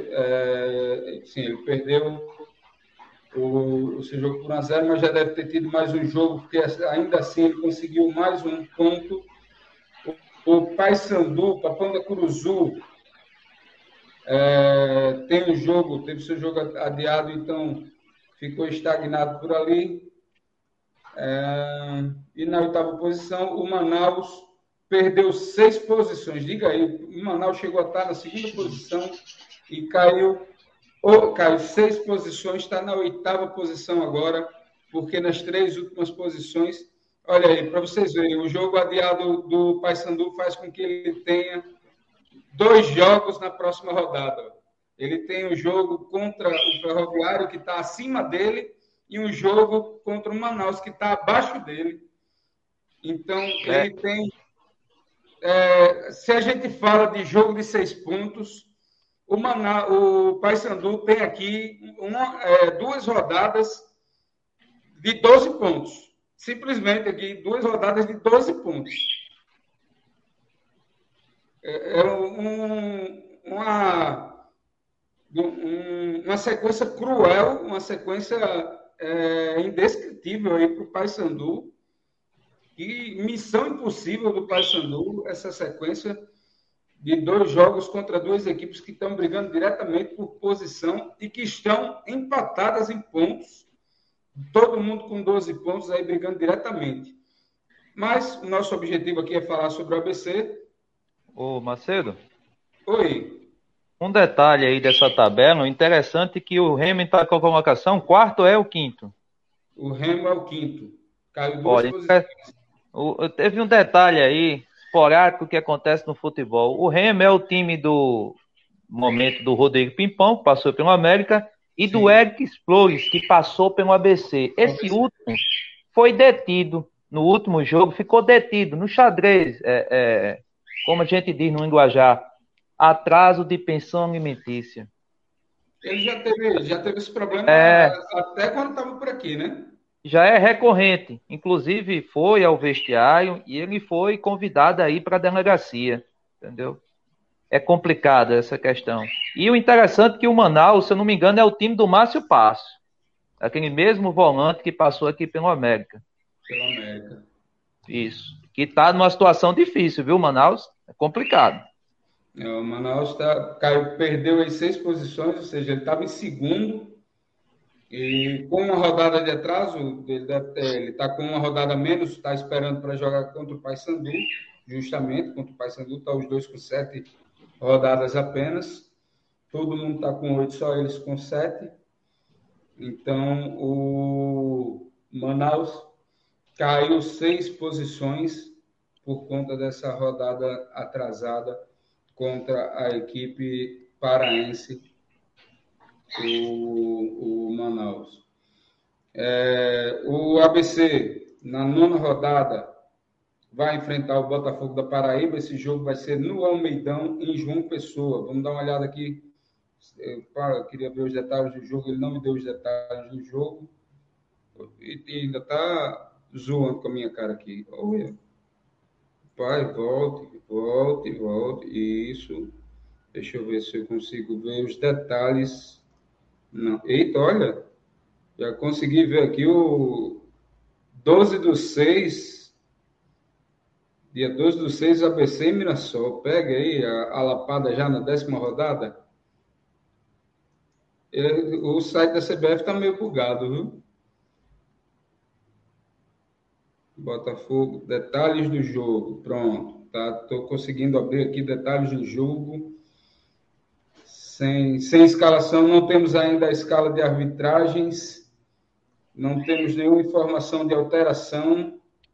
perdeu o seu jogo por 1-0, mas já deve ter tido mais um jogo, porque ainda assim ele conseguiu mais um ponto. O Paysandu, Papão da Curuzu, teve seu jogo adiado, então ficou estagnado por ali. E na 8ª posição, o Manaus perdeu 6 posições. Diga aí, o Manaus chegou a estar na 2ª posição e caiu 6 posições, está na 8ª posição agora, porque nas 3 últimas posições, olha aí, para vocês verem, o jogo adiado do Paysandu faz com que ele tenha 2 jogos na próxima rodada. Ele tem um jogo contra o Ferroviário, que está acima dele, e um jogo contra o Manaus, que está abaixo dele. Então, ele tem... se a gente fala de jogo de 6 pontos, o Paysandu tem aqui 2 rodadas de 12 pontos. Simplesmente aqui, 2 rodadas de 12 pontos. Uma sequência cruel, uma sequência indescritível aí para o Paysandu. E missão impossível do Paysandu, essa sequência de 2 jogos contra 2 equipes que estão brigando diretamente por posição e que estão empatadas em pontos. Todo mundo com 12 pontos aí brigando diretamente. Mas o nosso objetivo aqui é falar sobre o ABC. Ô, Macedo. Oi. Um detalhe aí dessa tabela, interessante é que o Remo está com a colocação, 4º é o 5º. O Remo é o 5º. Caiu 2 posições. Teve um detalhe aí, esporádico, que acontece no futebol. O Remo é o time do momento do Rodrigo Pimpão, que passou pelo América, e do Eric Flores, que passou pelo ABC. Esse último foi detido no último jogo, ficou detido no xadrez, como a gente diz no linguajar, atraso de pensão alimentícia. Ele já teve esse problema até quando estava por aqui, né? Já é recorrente. Inclusive, foi ao vestiário e ele foi convidado a ir para a delegacia. Entendeu? É complicada essa questão. E o interessante é que o Manaus, se eu não me engano, é o time do Márcio Passo. Aquele mesmo volante que passou aqui pelo América. Pelo América. Isso. Que está numa situação difícil, viu, Manaus? É complicado. O Manaus perdeu aí 6 posições, ou seja, ele estava em 2º. E com uma rodada de atraso, ele está com uma rodada a menos, está esperando para jogar contra o Paysandu, justamente, contra o Paysandu, está os 2 com 7 rodadas apenas. Todo mundo está com 8, só eles com 7. Então, o Manaus caiu 6 posições por conta dessa rodada atrasada contra a equipe paraense, o Manaus. O ABC, na 9ª rodada, vai enfrentar o Botafogo da Paraíba. Esse jogo vai ser no Almeidão, em João Pessoa. Vamos dar uma olhada aqui. Eu queria ver os detalhes do jogo. Ele não me deu os detalhes do jogo. E ainda está zoando com a minha cara aqui. Olha. Pai, volte. Isso. Deixa eu ver se eu consigo ver os detalhes. Não. Eita, olha. Já consegui ver aqui o 12/6. Dia 12/6, ABC e Mirassol. Pega aí a lapada já na 10ª rodada. O site da CBF está meio bugado, viu? Botafogo, detalhes do jogo. Pronto. Estou conseguindo abrir aqui detalhes do jogo. Sem escalação, não temos ainda a escala de arbitragens. Não temos nenhuma informação de alteração.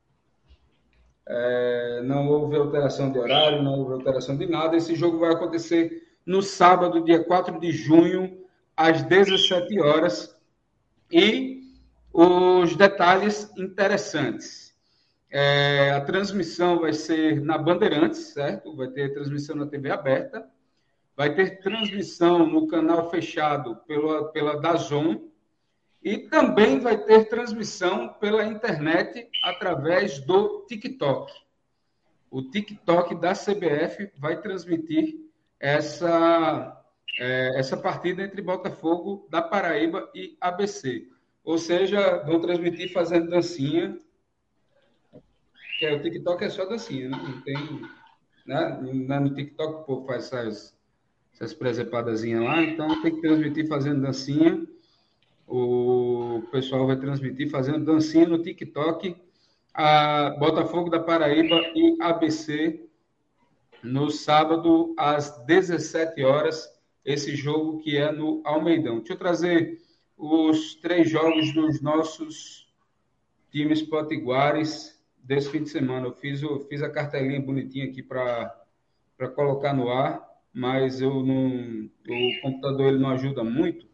Não houve alteração de horário, não houve alteração de nada. Esse jogo vai acontecer no sábado, dia 4 de junho, às 17 horas. E os detalhes interessantes. A transmissão vai ser na Bandeirantes, certo? Vai ter transmissão na TV aberta. Vai ter transmissão no canal fechado pela DAZN. E também vai ter transmissão pela internet através do TikTok. O TikTok da CBF vai transmitir essa partida entre Botafogo da Paraíba e ABC. Ou seja, vão transmitir fazendo dancinha. Que o TikTok é só dancinha, né? Não tem... Né? No TikTok o povo faz essas presepadazinhas lá, então tem que transmitir fazendo dancinha. O pessoal vai transmitir fazendo dancinha no TikTok, a Botafogo da Paraíba e ABC no sábado às 17 horas, esse jogo que é no Almeidão. Deixa eu trazer os 3 jogos dos nossos times potiguares desse fim de semana. Eu fiz a cartelinha bonitinha aqui para colocar no ar, mas o computador ele não ajuda muito.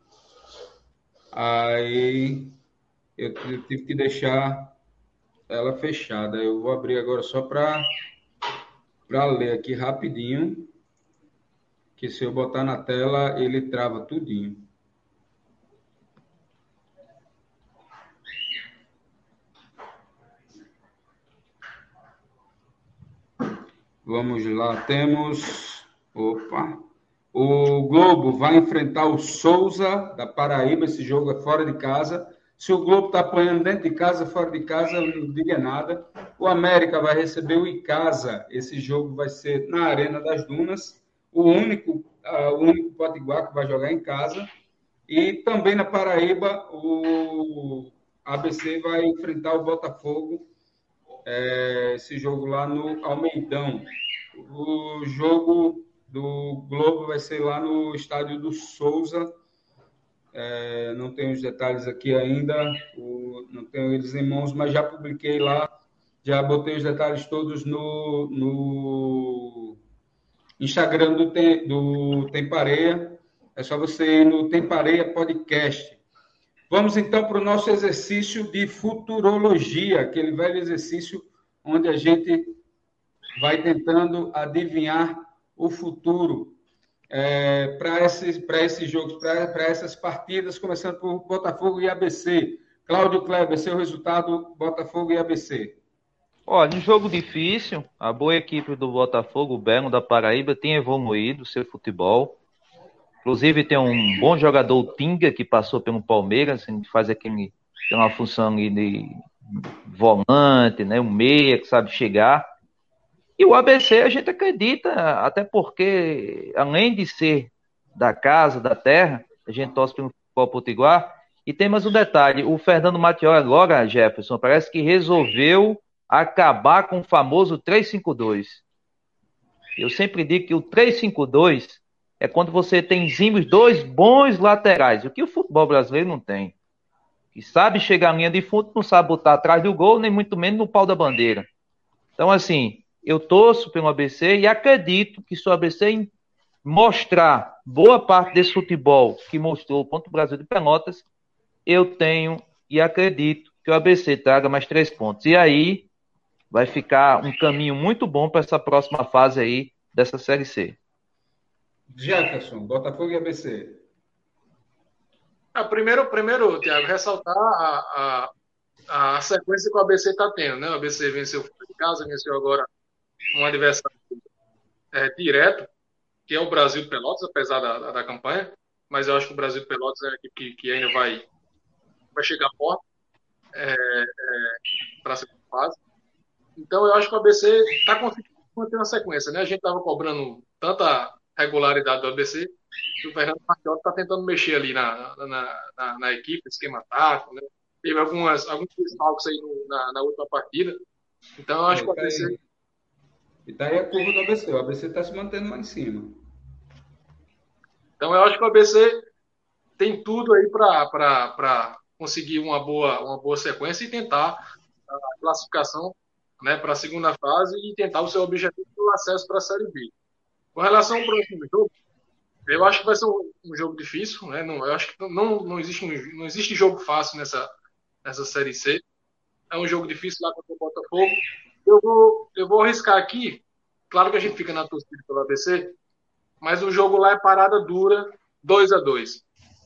Aí eu tive que deixar ela fechada. Eu vou abrir agora só para ler aqui rapidinho, que se eu botar na tela, ele trava tudinho. Vamos lá, temos... Opa! O Globo vai enfrentar o Souza da Paraíba. Esse jogo é fora de casa. Se o Globo está apanhando dentro de casa, fora de casa, não diga nada. O América vai receber o Icasa. Esse jogo vai ser na Arena das Dunas. O único potiguar que vai jogar em casa. E também na Paraíba, o ABC vai enfrentar o Botafogo. Esse jogo lá no Almeidão. O jogo do Globo vai ser lá no estádio do Souza. Não tenho os detalhes aqui ainda, não tenho eles em mãos, mas já publiquei lá, já botei os detalhes todos no Instagram do Tempareia. É só você ir no Tempareia Podcast. Vamos então para o nosso exercício de futurologia, aquele velho exercício onde a gente vai tentando adivinhar o futuro para esses jogos, para essas partidas, começando por Botafogo e ABC. Cláudio Kleber, seu resultado, Botafogo e ABC. Olha, um jogo difícil. A boa equipe do Botafogo, o Belo da Paraíba, tem evoluído o seu futebol. Inclusive tem um bom jogador, o Tinga, que passou pelo Palmeiras, a gente faz tem uma função de volante, né, um meia que sabe chegar. E o ABC a gente acredita, até porque, além de ser da casa, da terra, a gente torce pelo futebol potiguar. E tem mais um detalhe, o Fernando Mattioli agora, Jefferson, parece que resolveu acabar com o famoso 3-5-2. Eu sempre digo que o 3-5-2 é quando você tem exímios 2 bons laterais, o que o futebol brasileiro não tem. Que sabe chegar à linha de fundo, não sabe botar atrás do gol, nem muito menos no pau da bandeira. Então, assim, eu torço pelo ABC e acredito que se o ABC mostrar boa parte desse futebol que mostrou contra o Brasil de Pelotas, eu tenho e acredito que o ABC traga mais 3 pontos. E aí vai ficar um caminho muito bom para essa próxima fase aí dessa Série C. Jefferson, Botafogo e ABC. Primeiro, Thiago, ressaltar a sequência que o ABC está tendo, né? O ABC venceu fora de casa, venceu agora um adversário direto, que é o Brasil de Pelotas, apesar da campanha, mas eu acho que o Brasil de Pelotas é a equipe que ainda vai chegar forte para a segunda fase. Então eu acho que o ABC está conseguindo manter uma sequência, né? A gente estava cobrando tanta regularidade do ABC, que o Fernando Marchiota está tentando mexer ali na equipe, esquema tático, né? Teve alguns desfalques aí na última partida. Então eu acho que o ABC... E tá aí a curva do ABC. O ABC está se mantendo lá em cima. Então eu acho que o ABC tem tudo aí para conseguir uma boa sequência e tentar a classificação, né, para a segunda fase e tentar o seu objetivo do acesso para a Série B. Com relação ao próximo jogo, eu acho que vai ser um jogo difícil, né? Eu acho que não existe jogo fácil nessa Série C. É um jogo difícil lá contra o Botafogo. Eu vou arriscar aqui. Claro que a gente fica na torcida pelo ABC, mas o jogo lá é parada dura, 2-2.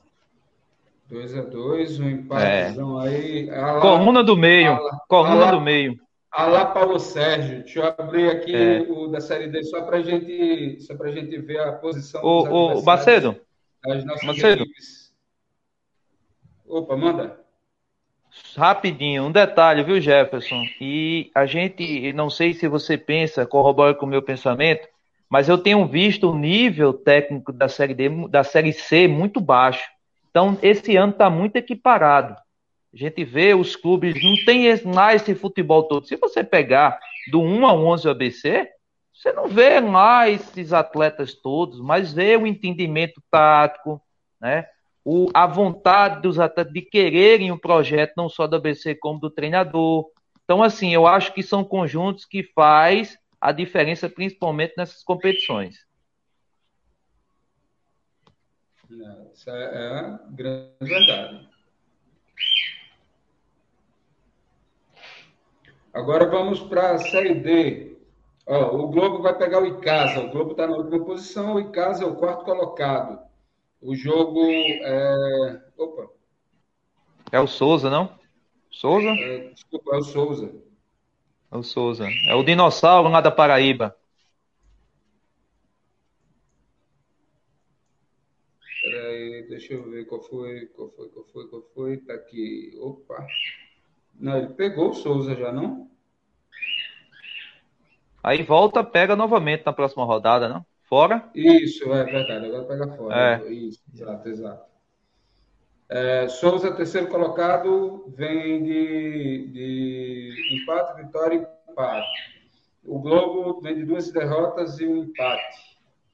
2-2, um empatezão aí. Coluna do meio. Coluna do meio. Alá, Paulo Sérgio. Deixa eu abrir aqui o da Série D só para gente ver a posição dos Macedo. Das nossas equipes. Opa, manda. Rapidinho, um detalhe, viu, Jefferson? E a gente, não sei se você pensa, corrobora com o meu pensamento, mas eu tenho visto o nível técnico da Série D, da Série C muito baixo. Então, esse ano está muito equiparado. A gente vê os clubes, não tem mais esse futebol todo. Se você pegar do 1 ao 11 o ABC, você não vê lá esses atletas todos, mas vê o entendimento tático, né? A vontade dos atletas de quererem o projeto, não só do ABC, como do treinador. Então, assim, eu acho que são conjuntos que faz a diferença, principalmente nessas competições. Isso é grande verdade. Agora vamos para a Série D. O Globo vai pegar o Icasa. O Globo está na última posição, o Icasa é o quarto colocado. O jogo é... Opa. É o Souza, não? Souza? Desculpa, é o Souza. É o Souza. É o dinossauro lá da Paraíba. Peraí, deixa eu ver qual foi. Tá aqui. Opa. Não, ele pegou o Souza já, não? Aí volta, pega novamente na próxima rodada, não? Fora? Isso, é verdade. Agora pega fora. Isso, exato. Souza, terceiro colocado, vem de empate, vitória e empate. O Globo vem de 2 derrotas e um empate.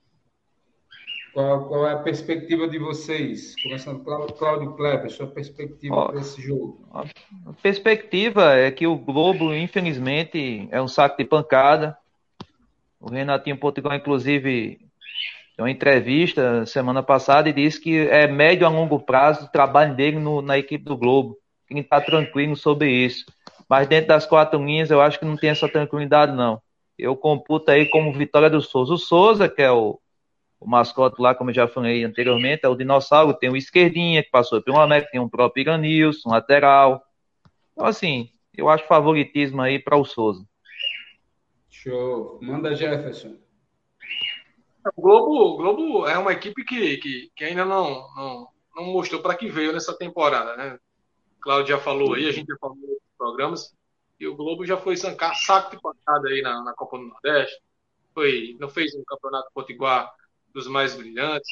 Qual é a perspectiva de vocês? Começando com Cláudio Kleber, sua perspectiva para esse jogo. A perspectiva é que o Globo, infelizmente, é um saco de pancada. O Renatinho Portugal, inclusive, deu uma entrevista semana passada e disse que é médio a longo prazo o trabalho dele na equipe do Globo. Que ele está tranquilo sobre isso. Mas dentro das 4 linhas, eu acho que não tem essa tranquilidade, não. Eu computo aí como vitória do Souza. O Souza, que é o mascote lá, como eu já falei anteriormente, é o dinossauro. Tem o Esquerdinha, que passou pelo América, tem o próprio Iranilson, lateral. Então, assim, eu acho favoritismo aí para o Souza. Show. Manda, Jefferson. O Globo é uma equipe que ainda não mostrou para que veio nessa temporada, né? Cláudio já falou aí, a gente já falou nos programas, e o Globo já foi saco de pancada aí na Copa do Nordeste, não fez um campeonato potiguar dos mais brilhantes,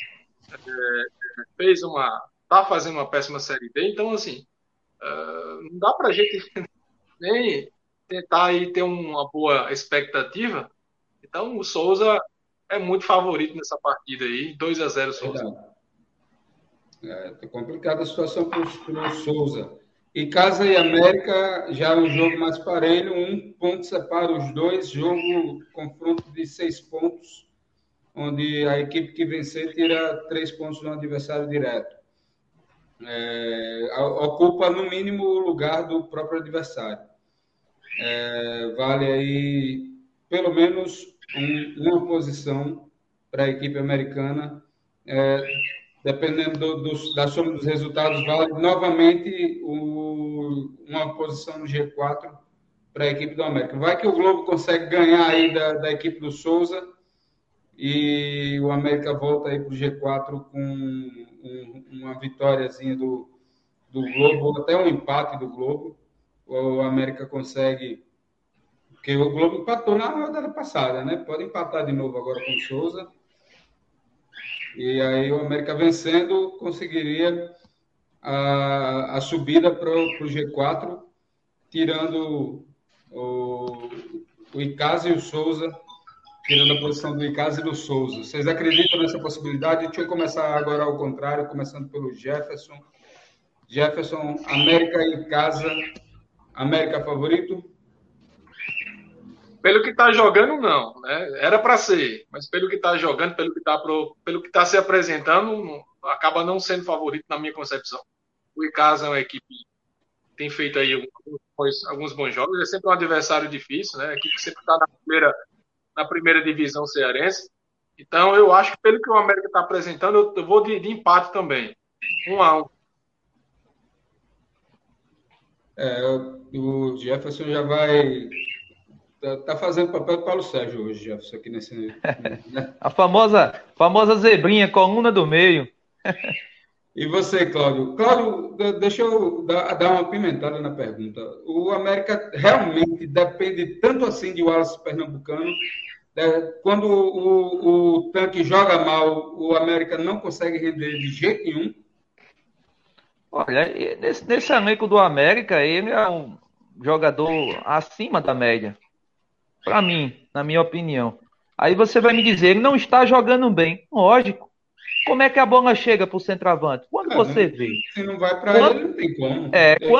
tá fazendo uma péssima Série B, então assim, não dá pra gente nem tentar aí ter uma boa expectativa. Então o Souza é muito favorito nessa partida aí, 2-0 Souza. Tá complicada a situação para o Souza. E Casa e América já é um jogo mais parelho, 1 ponto separa os dois, confronto de 6 pontos, onde a equipe que vencer tira 3 pontos do adversário direto. Ocupa no mínimo o lugar do próprio adversário. Vale aí pelo menos uma posição para a equipe americana. Dependendo da soma dos resultados, vale novamente uma posição no G4 para a equipe do América. Vai que o Globo consegue ganhar aí da equipe do Souza e o América volta aí para o G4 com uma vitóriazinha do Globo, ou até um empate do Globo. O América consegue, porque o Globo empatou na rodada passada, né? Pode empatar de novo agora com o Souza. E aí o América vencendo conseguiria a subida para o G4, tirando o Icasa e o Souza, tirando a posição do Icasa e do Souza. Vocês acreditam nessa possibilidade? Deixa eu começar agora ao contrário, começando pelo Jefferson. Jefferson, América e Icasa. América favorito? Pelo que está jogando, não, né? Era para ser, mas pelo que está jogando, pelo que está se apresentando, acaba não sendo favorito na minha concepção. O Icasa é uma equipe que tem feito aí alguns bons jogos, é sempre um adversário difícil, né? A equipe que sempre está na primeira divisão cearense. Então, eu acho que pelo que o América está apresentando, eu vou de empate também. 1-1. O Jefferson já vai... Tá fazendo papel do Paulo Sérgio hoje, Jefferson, aqui nesse... Né? A famosa zebrinha, coluna do meio. E você, Cláudio? Cláudio, deixa eu dar uma pimentada na pergunta. O América realmente depende tanto assim de Wallace Pernambucano? Quando o Tanque joga mal, o América não consegue render de jeito nenhum? Olha, nesse elenco do América, ele é um jogador acima da média. Para mim, na minha opinião. Aí você vai me dizer, ele não está jogando bem. Lógico. Como é que a bola chega para o centroavante? Quando você vê. Se não vai para ele, não tem como.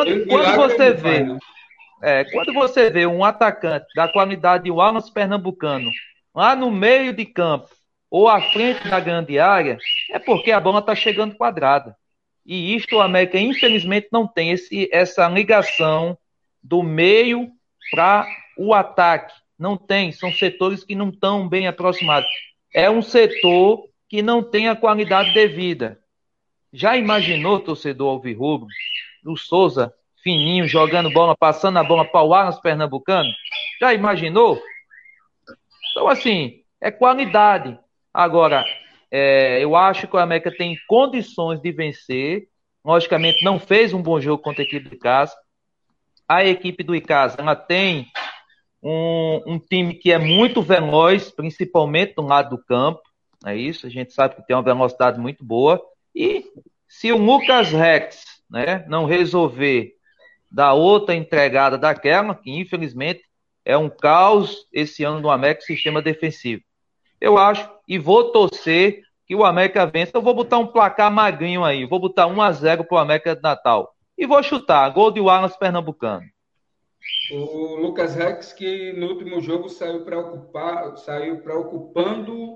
Quando você vê um atacante da qualidade de Wallace Pernambucano lá no meio de campo ou à frente da grande área, é porque a bola está chegando quadrada. E isto o América, infelizmente, não tem essa ligação do meio para o ataque. Não tem, são setores que não estão bem aproximados. É um setor que não tem a qualidade devida. Já imaginou, torcedor alvirrubro, o Souza, fininho, jogando bola, passando a bola para o Wallace Pernambucano? Já imaginou? Então, assim, é qualidade. Agora, eu acho que o América tem condições de vencer. Logicamente, não fez um bom jogo contra a equipe do Icasa. A equipe do Icasa, ela tem um time que é muito veloz, principalmente do lado do campo. É isso, a gente sabe que tem uma velocidade muito boa. E se o Lucas Rex, né, não resolver dar outra entregada daquela, que infelizmente é um caos esse ano no América, sistema defensivo. Eu acho, e vou torcer que o América vença. Eu vou botar um placar magrinho aí, vou botar 1-0 pro América de Natal. E vou chutar, gol de Wallace Pernambucano. O Lucas Rex, que no último jogo saiu preocupando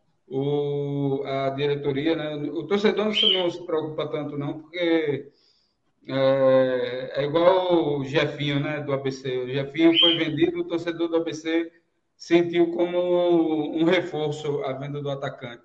a diretoria, né? O torcedor não se preocupa tanto, não, porque é igual o Jefinho, né, do ABC. O Jefinho foi vendido, o torcedor do ABC sentiu como um reforço a venda do atacante.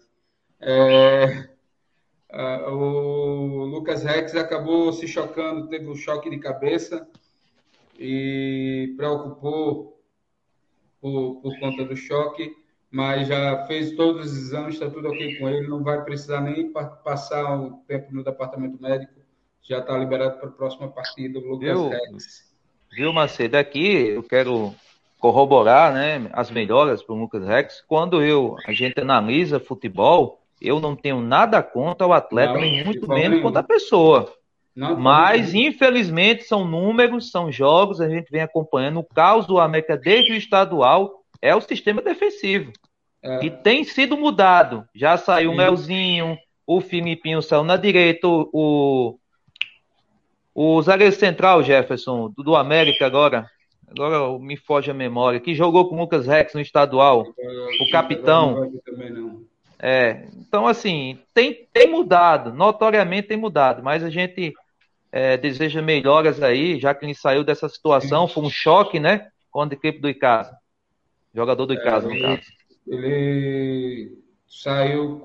O Lucas Rex acabou se chocando, teve um choque de cabeça e preocupou por conta do choque, mas já fez todos os exames, está tudo ok com ele, não vai precisar nem passar o tempo no departamento médico, já está liberado para a próxima partida, o Lucas Rex. Viu, Macedo? Aqui eu quero corroborar, né, as melhoras para o Lucas Rex. Quando a gente analisa futebol, eu não tenho nada contra o atleta, nem muito menos contra a pessoa. Não, mas, infelizmente, são números, são jogos, a gente vem acompanhando. O caos do América desde o estadual é o sistema defensivo. E tem sido mudado. Já saiu o Leozinho, o Filipinho saiu na direita, o O zagueiro central, Jefferson, do América agora me foge a memória, que jogou com o Lucas Rex no estadual, o capitão. Não vai também, não. Então, assim, tem mudado, notoriamente tem mudado, mas a gente deseja melhoras aí, já que ele saiu dessa situação, foi um choque, né, com a equipe do Icasa, jogador do Icasa, no caso. Ele saiu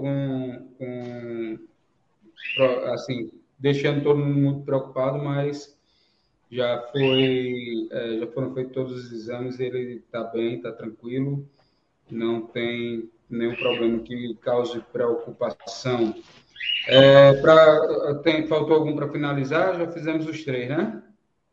assim, deixando todo mundo muito preocupado, mas já foram feitos todos os exames, ele está bem, está tranquilo, não tem nenhum problema que cause preocupação. Faltou algum para finalizar? Já fizemos os 3, né?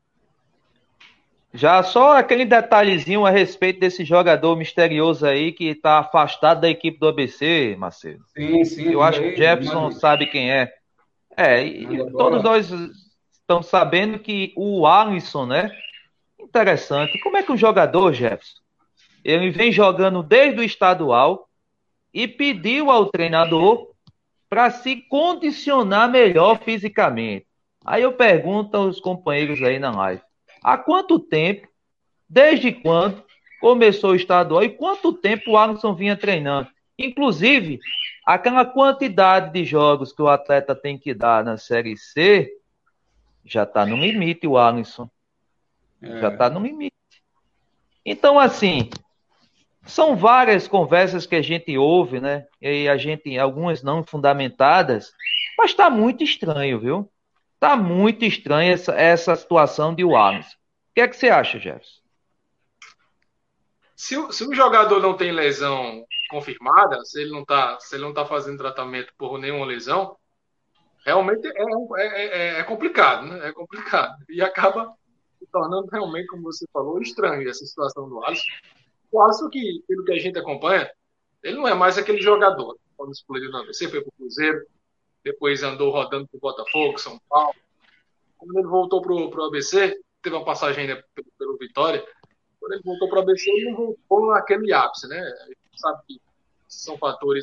Já só aquele detalhezinho a respeito desse jogador misterioso aí que está afastado da equipe do ABC, Macedo. Sim. Eu acho que o Jefferson sabe quem é. E todos nós estamos sabendo que o Alisson, né? Interessante. Como é que um jogador, Jefferson, ele vem jogando desde o estadual e pediu ao treinador para se condicionar melhor fisicamente. Aí eu pergunto aos companheiros aí na live. Há quanto tempo, desde quando começou o estadual e quanto tempo o Alisson vinha treinando? Inclusive, aquela quantidade de jogos que o atleta tem que dar na Série C já está no limite, o Alisson. Já está no limite. Então, assim, são várias conversas que a gente ouve, né? E algumas não fundamentadas, mas está muito estranho, viu? Está muito estranha essa situação de Alisson. O que é que você acha, Jefferson? Se o jogador não tem lesão confirmada, se ele não tá fazendo tratamento por nenhuma lesão, realmente é complicado, né? É complicado. E acaba se tornando realmente, como você falou, estranho essa situação do Alisson. O Alisson, que, pelo que a gente acompanha, ele não é mais aquele jogador. Quando explodiu no ABC, foi pro Cruzeiro, depois andou rodando pro Botafogo, São Paulo. Quando ele voltou pro ABC, teve uma passagem ainda pelo Vitória. Quando ele voltou para o ABC, ele não voltou naquele ápice, né? A gente sabe que são fatores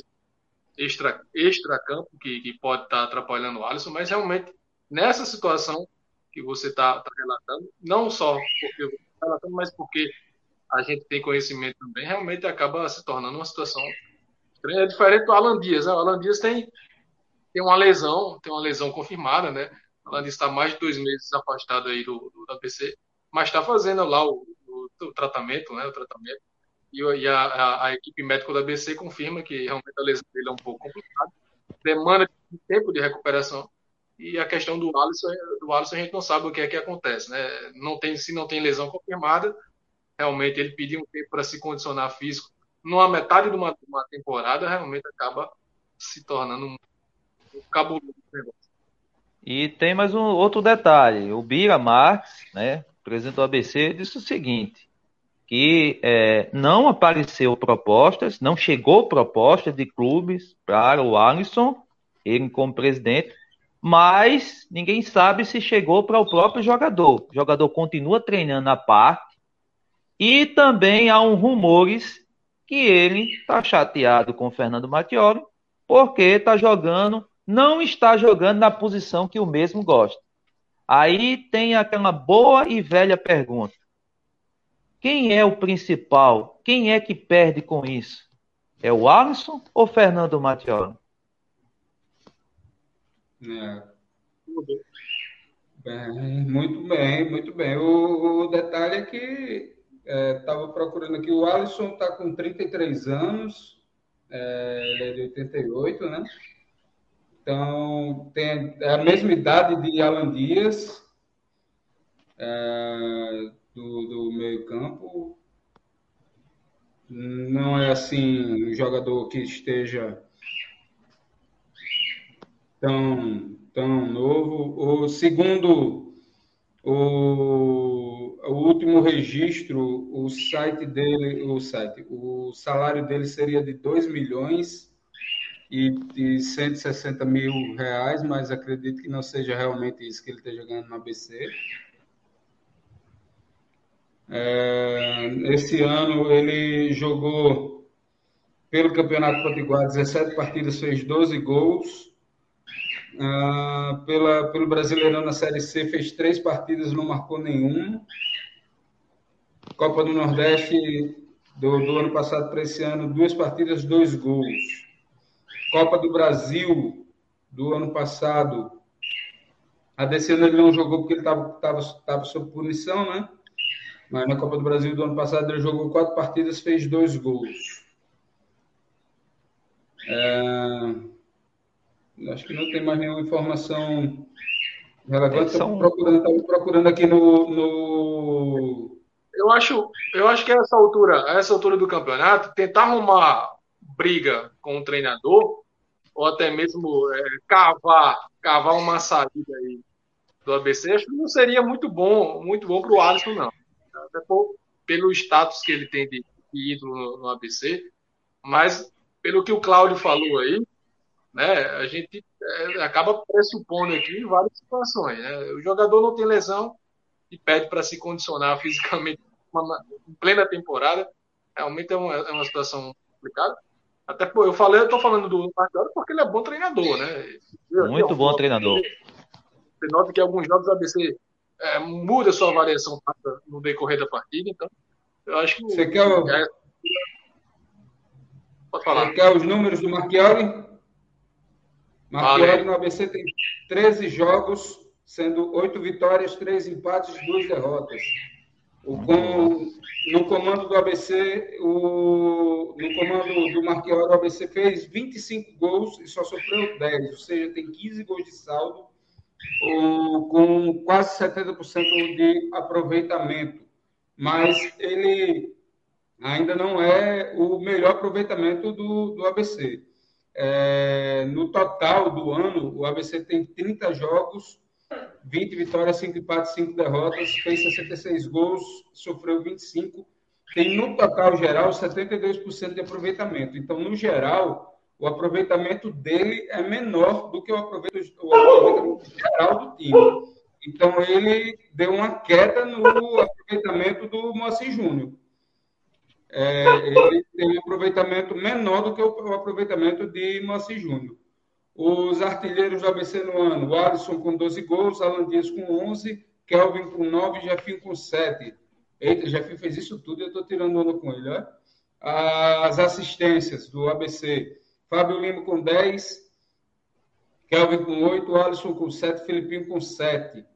extra-campo que pode estar atrapalhando o Alisson, mas realmente, nessa situação que você está relatando, não só porque você está relatando, mas porque a gente tem conhecimento também, realmente acaba se tornando uma situação estranha. É diferente do Alan Dias, né? O Alan Dias tem uma lesão confirmada, né? O Alan Dias está mais de 2 meses afastado aí do ABC, mas está fazendo lá o tratamento, né? O tratamento. E a equipe médica da ABC confirma que realmente a lesão dele é um pouco complicada, demanda tempo de recuperação. E a questão do Alisson a gente não sabe o que é que acontece, né? Se não tem lesão confirmada, realmente ele pediu um tempo para se condicionar físico. Numa metade de uma temporada, realmente acaba se tornando um cabuloso negócio. E tem mais um outro detalhe. O Bira Marques, né, presidente do ABC, disse o seguinte, que não apareceu propostas, não chegou proposta de clubes para o Alisson, ele como presidente, mas ninguém sabe se chegou para o próprio jogador. O jogador continua treinando à parte e também há rumores que ele está chateado com o Fernando Mattioli porque não está jogando na posição que o mesmo gosta. Aí tem aquela boa e velha pergunta. Quem é o principal? Quem é que perde com isso? É o Alisson ou Fernando Mattioli? Muito bem. O detalhe é que estava procurando aqui, o Alisson está com 33 anos, ele é de 88, né? Então, tem a mesma idade de Alan Dias, do meio-campo. Não é assim um jogador que esteja tão novo. Segundo o último registro, o salário dele seria de 2 milhões e 160 mil reais, mas acredito que não seja realmente isso que ele esteja ganhando no ABC. Esse ano ele jogou pelo Campeonato Potiguar 17 partidas, fez 12 gols Pelo Brasileirão na Série C, fez 3 partidas, não marcou nenhum. Copa do Nordeste do ano passado para esse ano, 2 partidas, 2 gols. Copa do Brasil do ano passado, a desse ano ele não jogou porque ele estava sob punição, né? Mas na Copa do Brasil do ano passado ele jogou 4 partidas, fez 2 gols. Acho que não tem mais nenhuma informação relevante. Estou procurando aqui no... Eu acho que a essa altura do campeonato, tentar arrumar briga com o treinador, ou até mesmo cavar uma saída aí do ABC, acho que não seria muito bom para o Alisson, não. Até pelo status que ele tem de ídolo no ABC, mas pelo que o Cláudio falou aí, né, a gente acaba pressupondo aqui várias situações, né? O jogador não tem lesão e pede para se condicionar fisicamente em plena temporada, realmente é uma situação complicada. Até eu estou falando do Marcelo porque ele é bom treinador, né? Muito bom treinador. Você nota que alguns jogos o ABC muda sua variação no decorrer da partida, então eu acho que... Você quer Pode falar. Você quer os números do Marchiori? Marchiori no ABC tem 13 jogos, sendo 8 vitórias, 3 empates e 2 derrotas. No comando do ABC, no comando do Marchiori, o ABC fez 25 gols e só sofreu 10, ou seja, tem 15 gols de saldo, com quase 70% de aproveitamento. Mas ele ainda não é o melhor aproveitamento do ABC. No total do ano, o ABC tem 30 jogos, 20 vitórias, 5 empates, 5 derrotas, fez 66 gols, sofreu 25. Tem no total geral 72% de aproveitamento. Então, no geral, o aproveitamento dele é menor do que o aproveitamento geral do time. Então, ele deu uma queda no aproveitamento do Moacir Júnior. Ele tem um aproveitamento menor do que o aproveitamento de Moacir Júnior. Os artilheiros do ABC no ano: o Alisson com 12 gols, Alan Dias com 11, Kelvin com 9, Jefinho com 7. Eita, Jefinho fez isso tudo e eu estou tirando onda com ele. Ó. As assistências do ABC: Fábio Lima com 10, Kelvin com 8, Alisson com 7, Felipinho com 7.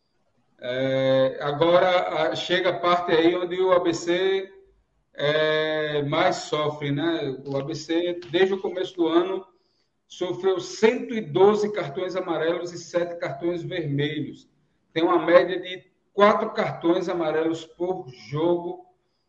Agora chega a parte aí onde o ABC mais sofre, né? O ABC, desde o começo do ano, sofreu 112 cartões amarelos e 7 cartões vermelhos. Tem uma média de 4 cartões amarelos por jogo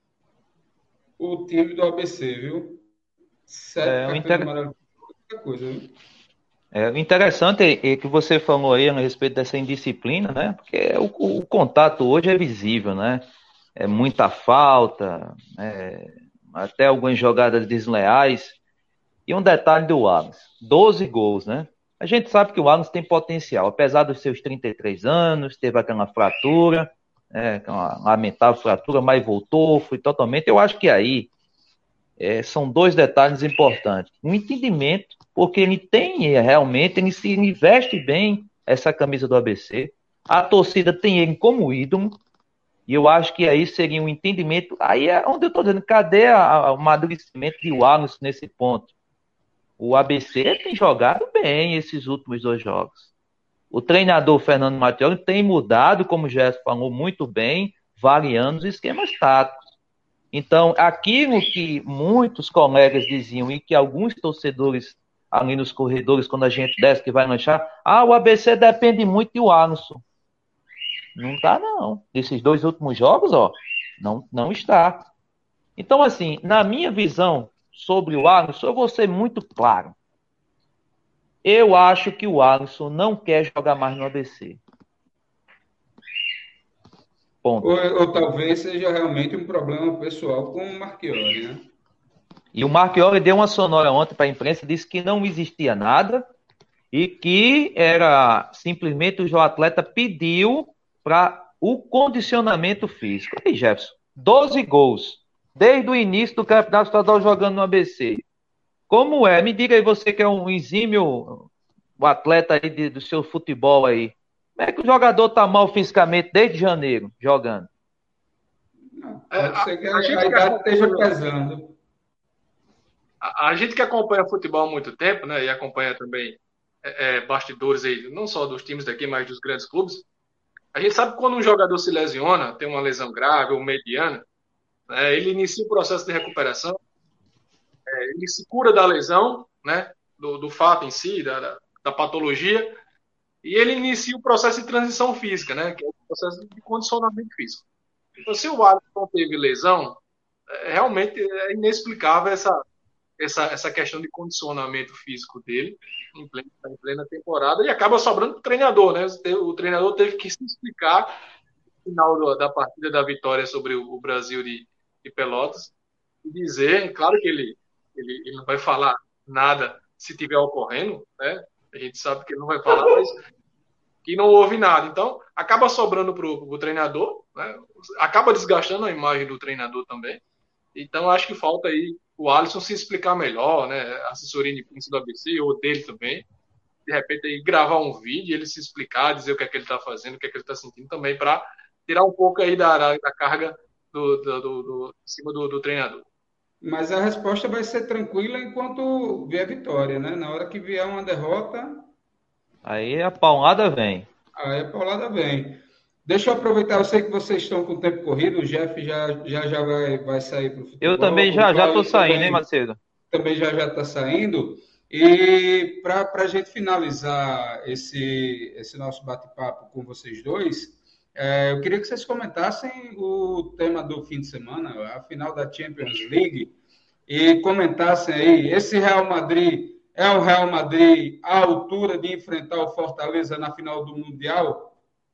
o time do ABC, viu? 7 cartões amarelos por jogo, muita coisa, viu? O interessante é que você falou aí a respeito dessa indisciplina, né? Porque o contato hoje é visível, né? É muita falta, até algumas jogadas desleais. E um detalhe do Alisson: 12 gols, né? A gente sabe que o Alisson tem potencial, apesar dos seus 33 anos, teve aquela fratura, uma lamentável fratura, mas voltou, foi totalmente... Eu acho que aí são 2 detalhes importantes. Um entendimento, porque ele tem realmente, ele se veste bem essa camisa do ABC, a torcida tem ele como ídolo, e eu acho que aí seria um entendimento. Aí é onde eu estou dizendo, cadê o amadurecimento de Alisson nesse ponto? O ABC tem jogado bem esses últimos 2 jogos. O treinador Fernando Marchiori tem mudado, como o Gerson falou muito bem, variando os esquemas táticos. Então, aquilo que muitos colegas diziam e que alguns torcedores ali nos corredores, quando a gente desce que vai lanchar, o ABC depende muito do Alisson. Não está, não. Desses 2 últimos jogos, não está. Então, assim, na minha visão sobre o Alisson, eu vou ser muito claro. Eu acho que o Alisson não quer jogar mais no ABC. Ponto. Ou talvez seja realmente um problema pessoal com o Marchiori, né? E o Marchiori deu uma sonora ontem para a imprensa, disse que não existia nada e que era simplesmente o atleta pediu para o condicionamento físico. E Jefferson, 12 gols, desde o início do Campeonato Estadual jogando no ABC. Como é? Me diga aí, você que é um exímio o atleta aí do seu futebol aí. Como é que o jogador tá mal fisicamente desde janeiro, jogando? Pode ser que a idade esteja pesando. A gente que acompanha futebol há muito tempo, né, e acompanha também bastidores aí, não só dos times daqui, mas dos grandes clubes, a gente sabe que quando um jogador se lesiona, tem uma lesão grave ou mediana, né, ele inicia o processo de recuperação, ele se cura da lesão, né, do fato em si, da patologia, e ele inicia o processo de transição física, né, que é o processo de condicionamento físico. Então, se o Alisson não teve lesão, realmente é inexplicável essa questão de condicionamento físico dele em plena temporada, e acaba sobrando para o treinador, né? O treinador teve que se explicar no final da partida da vitória sobre o Brasil de Pelotas e dizer, claro que ele não vai falar nada se tiver ocorrendo, né? A gente sabe que ele não vai falar, mas que não houve nada. Então, acaba sobrando para o treinador, né? Acaba desgastando a imagem do treinador também. Então, acho que falta aí o Alisson se explicar melhor, né? A assessoria de imprensa do ABC, ou dele também. De repente, aí, gravar um vídeo, ele se explicar, dizer o que é que ele está fazendo, o que é que ele está sentindo também, para tirar um pouco aí da carga em cima do treinador. Mas a resposta vai ser tranquila enquanto vier vitória, né? Na hora que vier uma derrota, Aí a paulada vem. aí a paulada vem. Deixa eu aproveitar, eu sei que vocês estão com o tempo corrido, o Jeff já vai sair para o futebol. Eu também já estou saindo, hein, Macedo? Também já está saindo. E para a gente finalizar esse nosso bate-papo com vocês dois, eu queria que vocês comentassem o tema do fim de semana, a final da Champions League, e comentassem aí, esse Real Madrid é o Real Madrid à altura de enfrentar o Fortaleza na final do Mundial?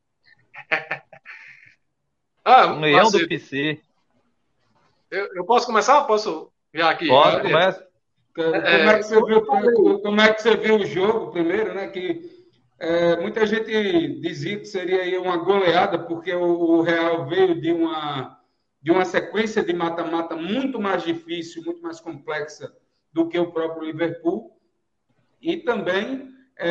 Leão do PC. Eu posso começar? Posso já aqui? Pode, começa. Como é que você viu o jogo primeiro, né? Que muita gente dizia que seria aí uma goleada, porque o Real veio de uma sequência de mata-mata muito mais difícil, muito mais complexa do que o próprio Liverpool. E também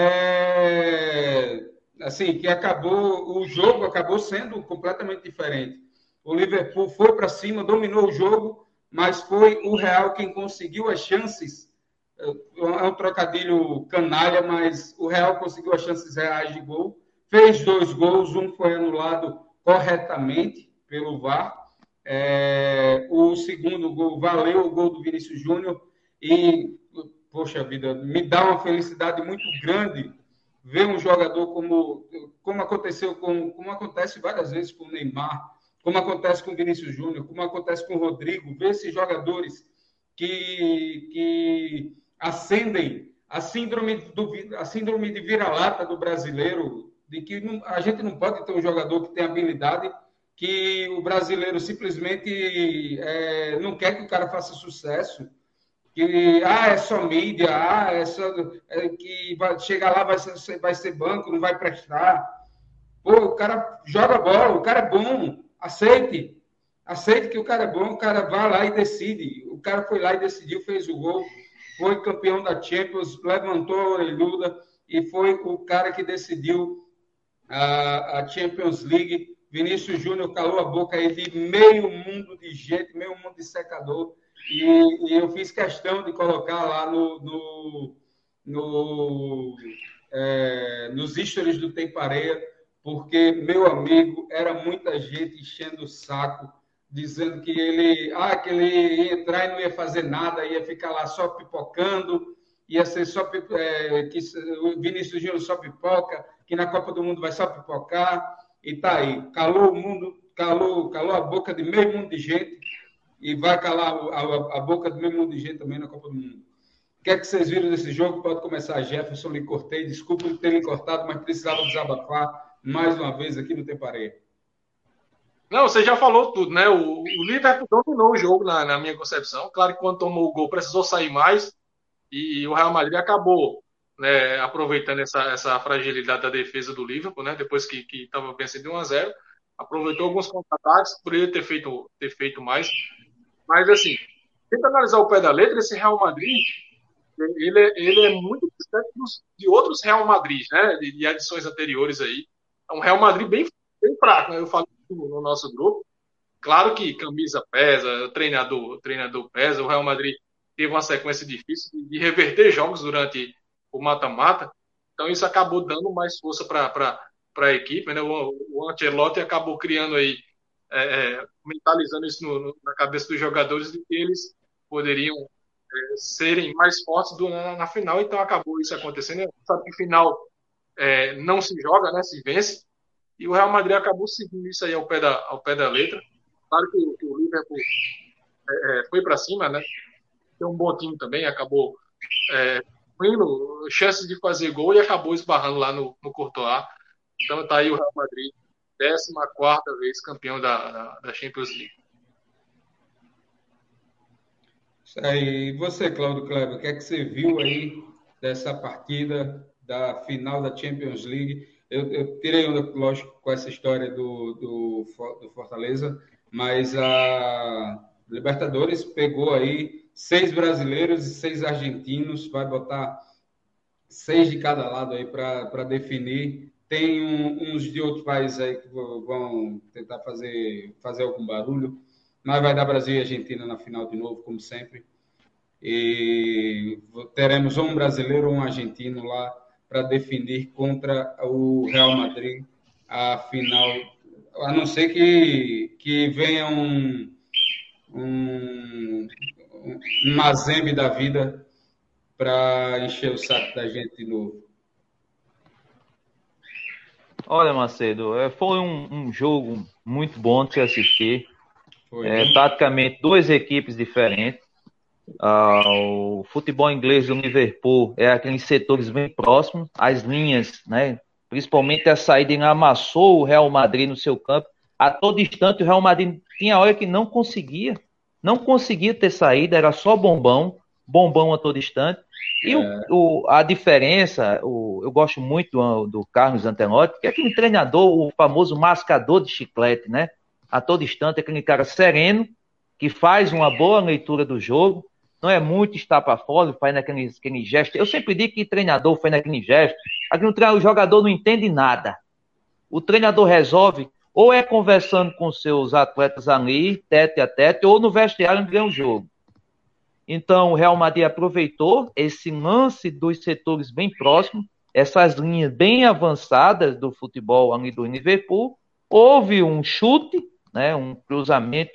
assim, que o jogo acabou sendo completamente diferente. O Liverpool foi para cima, dominou o jogo, mas foi o Real quem conseguiu as chances. É um trocadilho canalha, mas o Real conseguiu as chances reais de gol. Fez 2 gols, um foi anulado corretamente pelo VAR. O segundo gol valeu o gol do Vinícius Júnior e, poxa vida, me dá uma felicidade muito grande ver um jogador como acontece várias vezes com o Neymar, como acontece com o Vinícius Júnior, como acontece com o Rodrigo, ver esses jogadores que acendem a síndrome de vira-lata do brasileiro, de que a gente não pode ter um jogador que tem habilidade, que o brasileiro simplesmente não quer que o cara faça sucesso, que é só mídia, que vai chegar lá vai ser banco, não vai prestar. Pô, o cara joga bola, o cara é bom, aceite que o cara é bom, o cara vai lá e decide. O cara foi lá e decidiu, fez o gol, foi campeão da Champions, levantou a orelhuda e foi o cara que decidiu a Champions League. Vinícius Júnior calou a boca aí de meio mundo de gente, meio mundo de secador. E eu fiz questão de colocar lá nos stories do Tem Pareia, porque, meu amigo, era muita gente enchendo o saco, dizendo que ele ia entrar e não ia fazer nada, ia ficar lá só pipocando, ia ser só que o Vinícius Júnior só pipoca, que na Copa do Mundo vai só pipocar, e tá aí. Calou o mundo, calou a boca de meio mundo de gente, e vai calar a boca do meio mundo de gente também na Copa do Mundo. O que é que vocês viram desse jogo? Pode começar, Jefferson, lhe cortei, desculpa por ter lhe cortado, mas precisava desabafar mais uma vez aqui no Temparé. Não, você já falou tudo, né? O Liverpool dominou o jogo na minha concepção. Claro que quando tomou o gol precisou sair mais e o Real Madrid acabou, né, aproveitando essa fragilidade da defesa do Liverpool, né? Depois que estava vencendo de 1-0, aproveitou alguns contra-ataques, poderia ter feito mais. Mas, assim, tenta analisar o pé da letra, esse Real Madrid, Ele é muito distante de outros Real Madrid, né? De edições anteriores aí. É um Real Madrid bem fraco, né? Eu falei no nosso grupo. Claro que camisa pesa, treinador pesa. O Real Madrid teve uma sequência difícil de reverter jogos durante o mata-mata. Então isso acabou dando mais força para a equipe, né? O Ancelotti acabou criando aí, mentalizando isso na cabeça dos jogadores de que eles poderiam serem mais fortes na final, então acabou isso acontecendo. Sabe que final não se joga, né? Se vence. E o Real Madrid acabou seguindo isso aí ao pé da letra. Claro que o Liverpool foi para cima, né? Tem um bom time também, acabou tendo chances de fazer gol e acabou esbarrando lá no Courtois. Então tá aí o Real Madrid, 14ª vez campeão da Champions League. Isso aí. E você, Cláudio Kleber, o que é que você viu aí dessa partida da final da Champions League? Eu tirei onda, lógico, com essa história do Fortaleza, mas a Libertadores pegou aí 6 brasileiros e 6 argentinos, vai botar 6 de cada lado aí para definir. Tem uns de outros países aí que vão tentar fazer algum barulho, mas vai dar Brasil e Argentina na final de novo, como sempre. E teremos um brasileiro ou um argentino lá para definir contra o Real Madrid a final, a não ser que venha um Mazembe da vida para encher o saco da gente de novo. Olha, Macedo, foi um jogo muito bom de se assistir. Foi, né? Praticamente duas equipes diferentes. O futebol inglês do Liverpool é aqueles setores bem próximos, as linhas, né? Principalmente a saída amassou o Real Madrid no seu campo. A todo instante o Real Madrid tinha hora que não conseguia ter saída, era só bombão a todo instante. E a diferença, eu gosto muito do Carlos Ancelotti, que é aquele treinador, o famoso mascador de chiclete, né? A todo instante, aquele cara sereno, que faz uma boa leitura do jogo, não é muito estapafúrdio, faz naquele gesto. Eu sempre digo que treinador faz naquele gesto, o jogador não entende nada. O treinador resolve, ou é conversando com seus atletas ali, tete a tete, ou no vestiário ganha o jogo. Então, o Real Madrid aproveitou esse lance dos setores bem próximos, essas linhas bem avançadas do futebol ali do Liverpool. Houve um chute, né, um cruzamento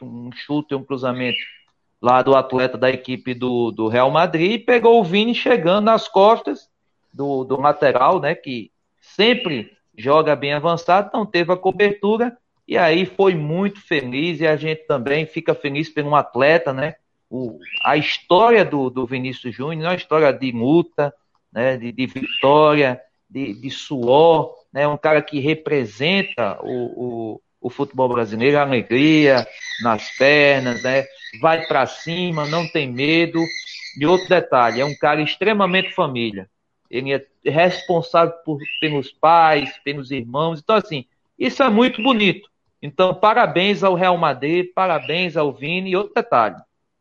lá do atleta da equipe do Real Madrid, e pegou o Vini chegando nas costas do lateral, né, que sempre joga bem avançado, não teve a cobertura, e aí foi muito feliz, e a gente também fica feliz por um atleta, né? A história do Vinícius Júnior é uma história de luta, né, de vitória, de suor, né, um cara que representa o futebol brasileiro, a alegria nas pernas, né, vai para cima, não tem medo. E outro detalhe, é um cara extremamente família, ele é responsável pelos pais, pelos irmãos, então assim, isso é muito bonito. Então, parabéns ao Real Madrid, parabéns ao Vini. E outro detalhe,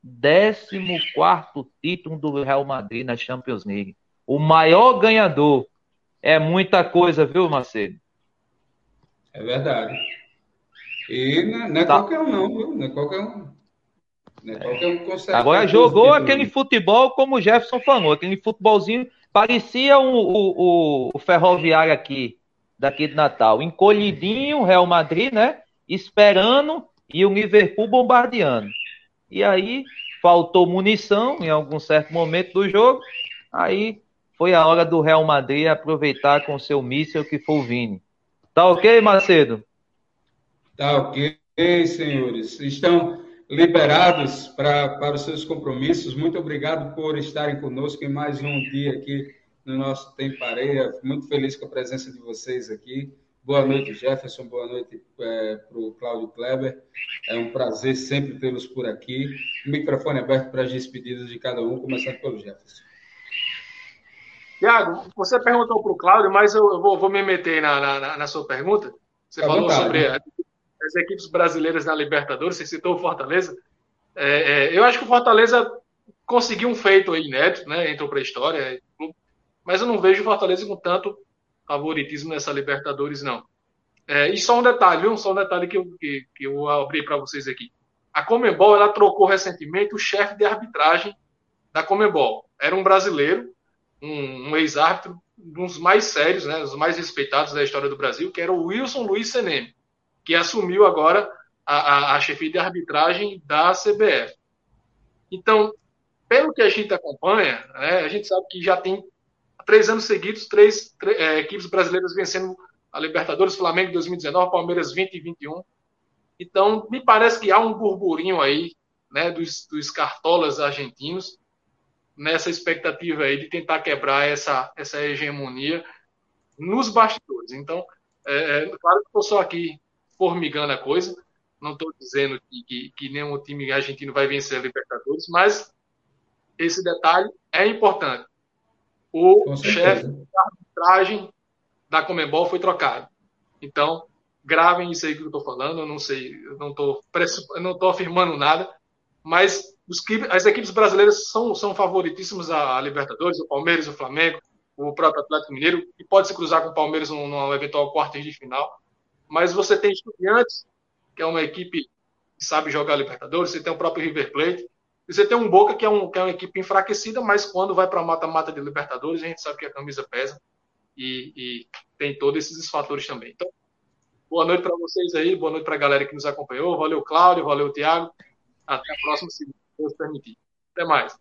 14º título do Real Madrid na Champions League. O maior ganhador. É muita coisa, viu, Macedo? É verdade. E não é qualquer um, não, viu? Não é qualquer um. Não é qualquer um que consegue. Agora jogou aquele futebol, como o Jefferson falou, aquele futebolzinho, parecia o Ferroviário daqui de Natal. Encolhidinho, o Real Madrid, né? Esperando, e o Liverpool bombardeando. E aí, faltou munição em algum certo momento do jogo. Aí, foi a hora do Real Madrid aproveitar com seu míssil, que foi o Vini. Tá ok, Macedo? Tá ok, senhores. Estão liberados para os seus compromissos. Muito obrigado por estarem conosco em mais um dia aqui no nosso Tempo Areia. Muito feliz com a presença de vocês aqui. Boa noite, Jefferson. Boa noite para o Cláudio Kleber. É um prazer sempre tê-los por aqui. O microfone aberto para as despedidas de cada um, começando pelo Jefferson. Tiago, você perguntou para o Cláudio, mas eu vou me meter na sua pergunta. Você falou sobre as equipes brasileiras na Libertadores, você citou o Fortaleza. Eu acho que o Fortaleza conseguiu um feito aí inédito, né? Entrou para a história, mas eu não vejo o Fortaleza com tanto favoritismo nessa Libertadores, não. E só um detalhe, viu? Só um detalhe que eu abri para vocês aqui. A Conmebol, ela trocou recentemente o chefe de arbitragem da Conmebol. Era um brasileiro, um ex-árbitro, um dos mais sérios, né, os mais respeitados da história do Brasil, que era o Wilson Luiz Seneme, que assumiu agora a chefia de arbitragem da CBF. Então, pelo que a gente acompanha, né, a gente sabe que já tem 3 anos seguidos, três equipes brasileiras vencendo a Libertadores, Flamengo 2019, Palmeiras 2021. Então, me parece que há um burburinho aí, né, dos cartolas argentinos, nessa expectativa aí de tentar quebrar essa hegemonia nos bastidores. Então, claro que estou só aqui formigando a coisa, não estou dizendo que nenhum time argentino vai vencer a Libertadores, mas esse detalhe é importante. O chefe da arbitragem da Conmebol foi trocado. Então, gravem isso aí que eu estou falando, eu não sei, eu não estou afirmando nada, mas as equipes brasileiras são favoritíssimas a Libertadores, o Palmeiras, o Flamengo, o próprio Atlético Mineiro, que pode se cruzar com o Palmeiras numa eventual quartas de final. Mas você tem Estudiantes, que é uma equipe que sabe jogar Libertadores, você tem o próprio River Plate, e você tem um Boca, que é uma equipe enfraquecida, mas quando vai para mata-mata de Libertadores, a gente sabe que a camisa pesa e tem todos esses fatores também. Então, boa noite para vocês aí, boa noite para a galera que nos acompanhou. Valeu, Cláudio, valeu, Thiago. Até a próxima, se Deus permitir. Até mais.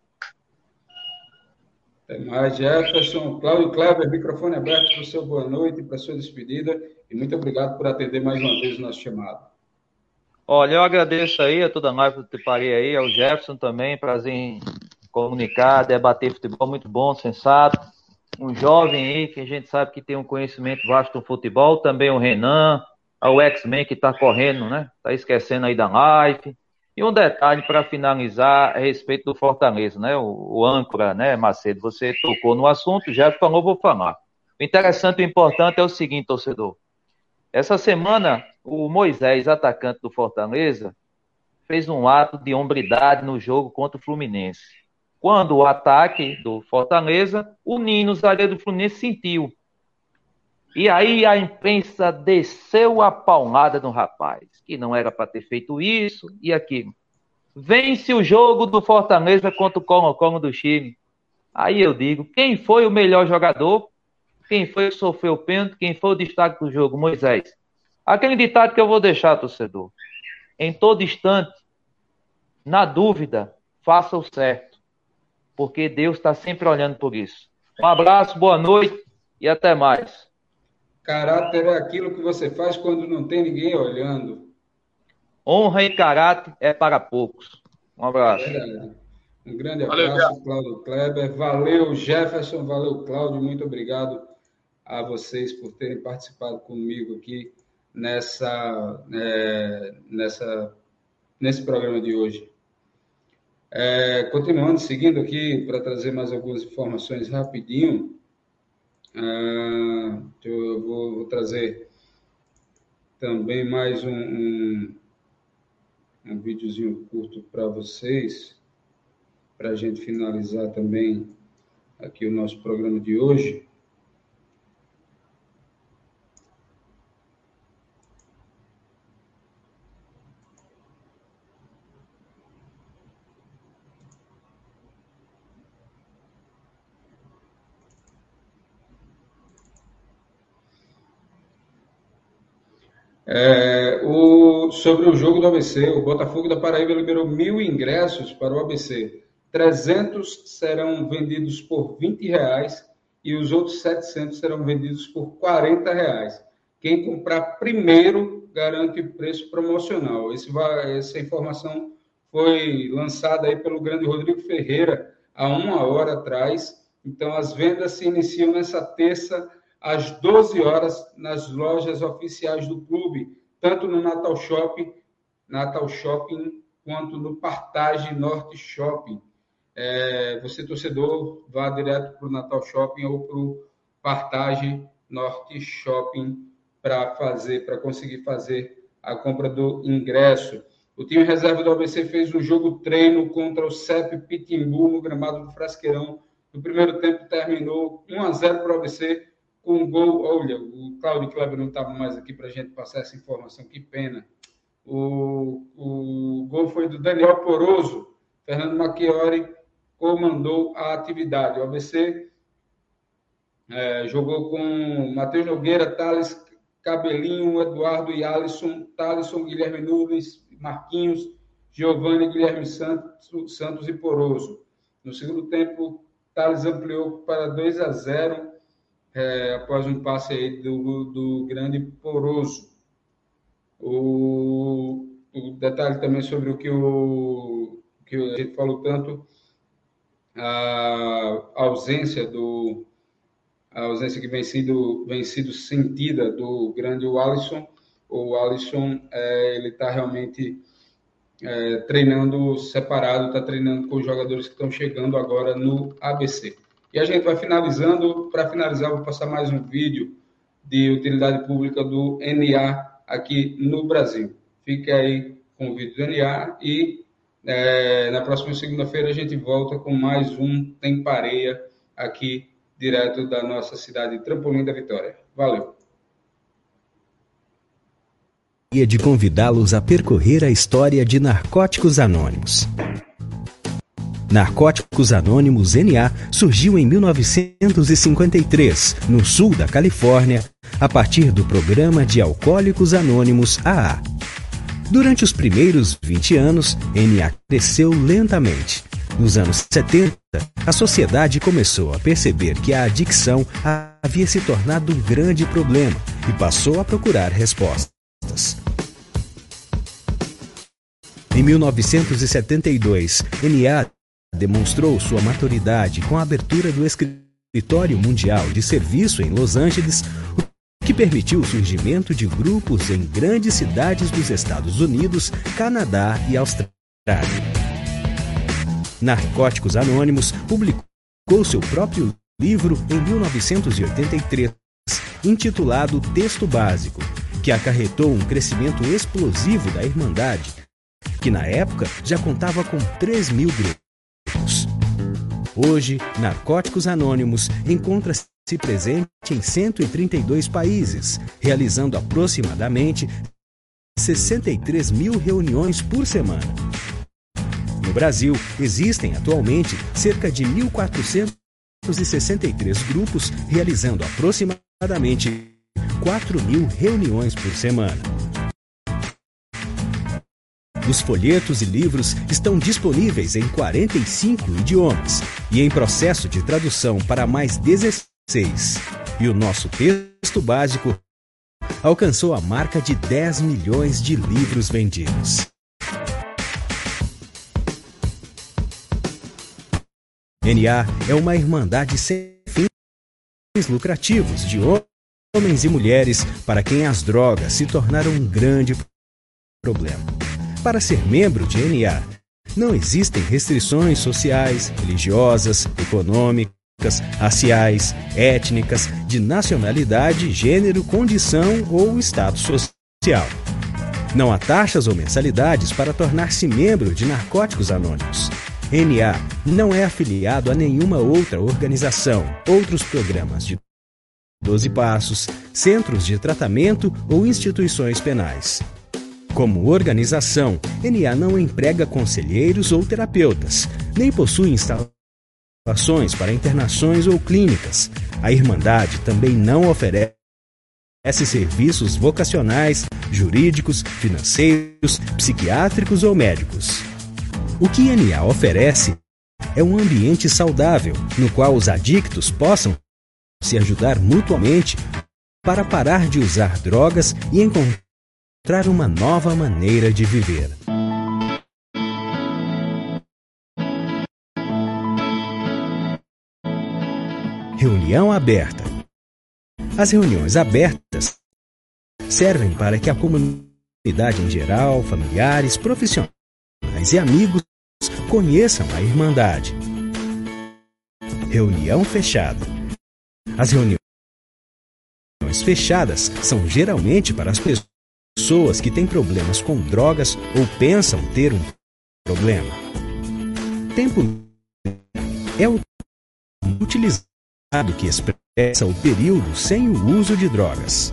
Até mais, Jefferson. Cláudio Kleber, microfone aberto para o seu boa noite, para a sua despedida. E muito obrigado por atender mais uma vez o nosso chamado. Olha, eu agradeço aí a toda nós que parei aí, ao Jefferson também, prazer em comunicar, debater futebol, muito bom, sensato. Um jovem aí que a gente sabe que tem um conhecimento vasto do futebol, também o Renan, o X-Men que está correndo, né? Está esquecendo aí da live. E um detalhe para finalizar a respeito do Fortaleza, né? O âncora, né, Macedo? Você tocou no assunto, já falou, vou falar. O interessante e importante é o seguinte, torcedor. Essa semana, o Moisés, atacante do Fortaleza, fez um ato de hombridade no jogo contra o Fluminense. Quando o ataque do Fortaleza, o Nino, zagueiro do Fluminense, sentiu. E aí a imprensa desceu a palmada no rapaz, que não era para ter feito isso e aquilo. Vence o jogo do Fortaleza contra o Colo-Colo do Chile. Aí eu digo, quem foi o melhor jogador? Quem foi que sofreu o pênalti? Quem foi o destaque do jogo? Moisés. Aquele ditado que eu vou deixar, torcedor. Em todo instante, na dúvida, faça o certo. Porque Deus está sempre olhando por isso. Um abraço, boa noite e até mais. Caráter é aquilo que você faz quando não tem ninguém olhando. Honra e caráter é para poucos. Um abraço. Verdade. Um grande abraço, Cláudio Kleber. Valeu, Jefferson. Valeu, Cláudio. Muito obrigado a vocês por terem participado comigo aqui nesse programa de hoje. Continuando, seguindo aqui para trazer mais algumas informações rapidinho. Eu vou trazer também mais um videozinho curto para vocês, para a gente finalizar também aqui o nosso programa de hoje. Sobre o jogo do ABC, o Botafogo da Paraíba liberou 1.000 ingressos para o ABC. 300 serão vendidos por R$20 e os outros 700 serão vendidos por R$40. Quem comprar primeiro garante o preço promocional. Essa informação foi lançada aí pelo grande Rodrigo Ferreira há 1 hora atrás. Então, as vendas se iniciam nessa terça às 12 horas nas lojas oficiais do clube, tanto no Natal Shopping quanto no Partage Norte Shopping. Você, torcedor, vá direto para o Natal Shopping ou para o Partage Norte Shopping para conseguir fazer a compra do ingresso. O time reserva do ABC fez um jogo treino contra o CEP Pitimbu no gramado do Frasqueirão. No primeiro tempo terminou 1-0 para o ABC com um gol. Olha, o Cláudio Kleber não estava mais aqui para a gente passar essa informação, que pena. O gol foi do Daniel Poroso. Fernando Macchiori comandou a atividade. O ABC jogou com Matheus Nogueira, Thales Cabelinho, Eduardo e Alisson, Thalisson, Guilherme Nubes, Marquinhos, Giovanni, Guilherme Santos e Poroso. No segundo tempo, Thales ampliou para 2-0 após um passe aí do grande Poroso. O detalhe também sobre o que a gente falou tanto, a ausência que vem sido sentida do grande Alisson. O Alisson ele está realmente treinando separado, está treinando com os jogadores que estão chegando agora no ABC. E a gente vai finalizando. Para finalizar, vou passar mais um vídeo de utilidade pública do NA aqui no Brasil. Fique aí com o vídeo do NA e na próxima segunda-feira a gente volta com mais um Tempareia aqui direto da nossa cidade Trampolim da Vitória. Valeu! De convidá-los a percorrer a história de Narcóticos Anônimos. Narcóticos Anônimos NA surgiu em 1953, no sul da Califórnia, a partir do Programa de Alcoólicos Anônimos AA. Durante os primeiros 20 anos, NA cresceu lentamente. Nos anos 70, a sociedade começou a perceber que a adicção havia se tornado um grande problema e passou a procurar respostas. Em 1972, NA demonstrou sua maturidade com a abertura do Escritório Mundial de Serviço em Los Angeles, o que permitiu o surgimento de grupos em grandes cidades dos Estados Unidos, Canadá e Austrália. Narcóticos Anônimos publicou seu próprio livro em 1983, intitulado Texto Básico, que acarretou um crescimento explosivo da Irmandade, que na época já contava com 3.000 grupos. Hoje, Narcóticos Anônimos encontra-se presente em 132 países, realizando aproximadamente 63.000 reuniões por semana. No Brasil, existem atualmente cerca de 1.463 grupos, realizando aproximadamente 4.000 reuniões por semana. Os folhetos e livros estão disponíveis em 45 idiomas e em processo de tradução para mais 16. E o nosso texto básico alcançou a marca de 10 milhões de livros vendidos. NA é uma irmandade sem fins lucrativos de homens e mulheres para quem as drogas se tornaram um grande problema. Para ser membro de NA, não existem restrições sociais, religiosas, econômicas, raciais, étnicas, de nacionalidade, gênero, condição ou status social. Não há taxas ou mensalidades para tornar-se membro de Narcóticos Anônimos. NA não é afiliado a nenhuma outra organização, outros programas de 12 passos, centros de tratamento ou instituições penais. Como organização, NA não emprega conselheiros ou terapeutas, nem possui instalações para internações ou clínicas. A Irmandade também não oferece serviços vocacionais, jurídicos, financeiros, psiquiátricos ou médicos. O que NA oferece é um ambiente saudável, no qual os adictos possam se ajudar mutuamente para parar de usar drogas e encontrar uma nova maneira de viver. Reunião aberta. As reuniões abertas servem para que a comunidade em geral, familiares, profissionais e amigos conheçam a Irmandade. Reunião fechada. As reuniões fechadas são geralmente para as pessoas pessoas que têm problemas com drogas ou pensam ter um problema. Tempo é o termo utilizado que expressa o período sem o uso de drogas.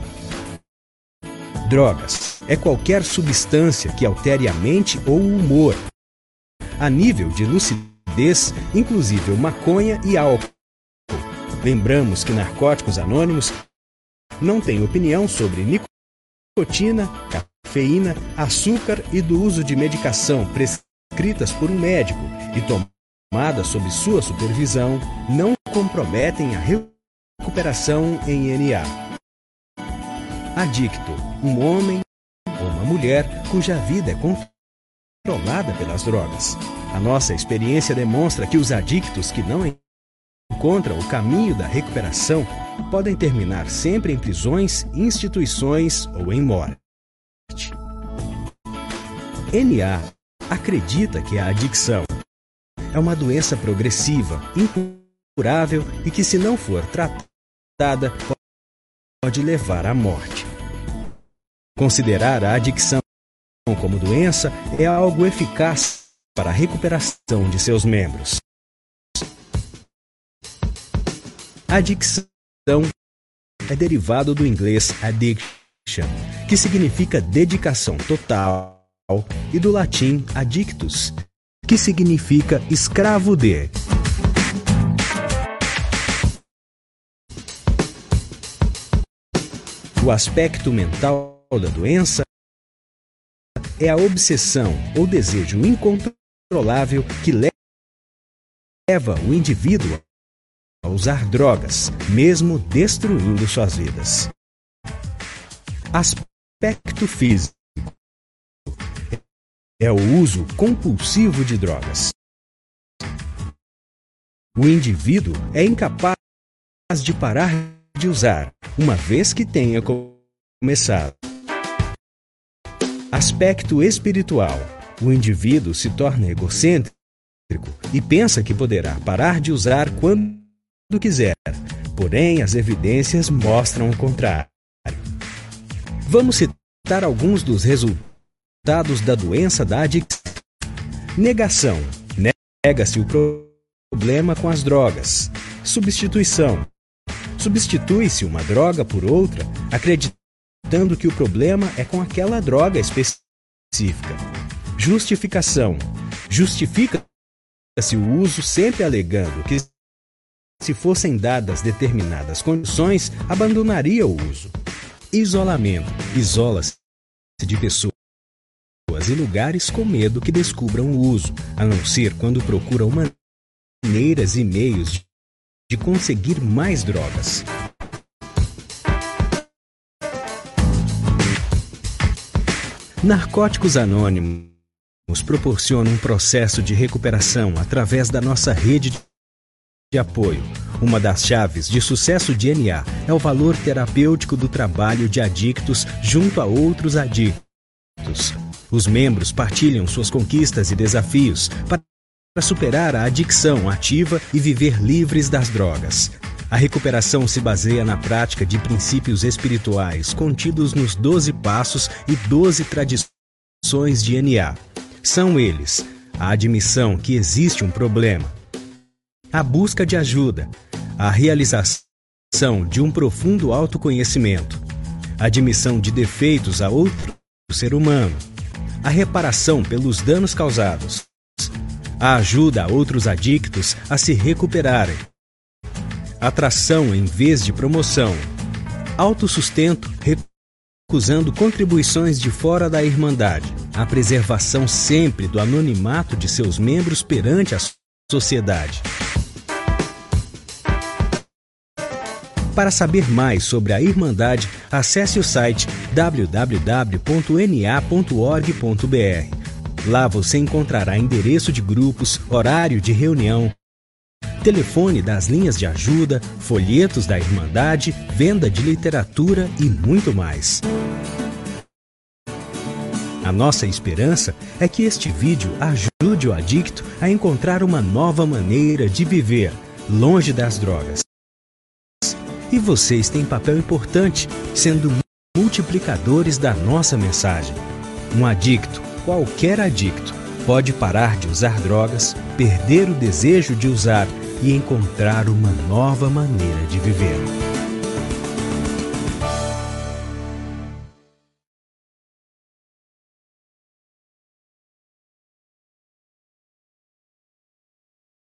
Drogas é qualquer substância que altere a mente ou o humor, a nível de lucidez, inclusive maconha e álcool. Lembramos que Narcóticos Anônimos não tem opinião sobre nicotina, cafeína, açúcar e do uso de medicação prescritas por um médico e tomadas sob sua supervisão, não comprometem a recuperação em NA. Adicto, um homem ou uma mulher cuja vida é controlada pelas drogas. A nossa experiência demonstra que os adictos que não encontram o caminho da recuperação podem terminar sempre em prisões, instituições ou em morte. NA acredita que a adicção é uma doença progressiva, incurável e que, se não for tratada, pode levar à morte. Considerar a adicção como doença é algo eficaz para a recuperação de seus membros. Adicção é derivado do inglês addiction, que significa dedicação total, e do latim addictus, que significa escravo de. O aspecto mental da doença é a obsessão ou desejo incontrolável que leva o indivíduo a usar drogas, mesmo destruindo suas vidas. Aspecto físico é o uso compulsivo de drogas. O indivíduo é incapaz de parar de usar, uma vez que tenha começado. Aspecto espiritual. O indivíduo se torna egocêntrico e pensa que poderá parar de usar quando quiser, porém as evidências mostram o contrário. Vamos citar alguns dos resultados da doença da adicção. Negação. Nega-se o problema com as drogas. Substituição. Substitui-se uma droga por outra, acreditando que o problema é com aquela droga específica. Justificação. Justifica-se o uso sempre alegando que, se fossem dadas determinadas condições, abandonaria o uso. Isolamento. Isola-se de pessoas e lugares com medo que descubram o uso, a não ser quando procuram maneiras e meios de conseguir mais drogas. Narcóticos Anônimos proporcionam um processo de recuperação através da nossa rede de apoio. Uma das chaves de sucesso de NA é o valor terapêutico do trabalho de adictos junto a outros adictos. Os membros partilham suas conquistas e desafios para superar a adicção ativa e viver livres das drogas. A recuperação se baseia na prática de princípios espirituais contidos nos 12 passos e 12 tradições de NA. São eles: a admissão que existe um problema, a busca de ajuda, a realização de um profundo autoconhecimento, a admissão de defeitos a outro ser humano, a reparação pelos danos causados, a ajuda a outros adictos a se recuperarem, atração em vez de promoção, autossustento, recusando contribuições de fora da Irmandade, a preservação sempre do anonimato de seus membros perante a sociedade. Para saber mais sobre a Irmandade, acesse o site www.na.org.br. Lá você encontrará endereço de grupos, horário de reunião, telefone das linhas de ajuda, folhetos da Irmandade, venda de literatura e muito mais. A nossa esperança é que este vídeo ajude o adicto a encontrar uma nova maneira de viver, longe das drogas. E vocês têm papel importante, sendo multiplicadores da nossa mensagem. Um adicto, qualquer adicto, pode parar de usar drogas, perder o desejo de usar e encontrar uma nova maneira de viver.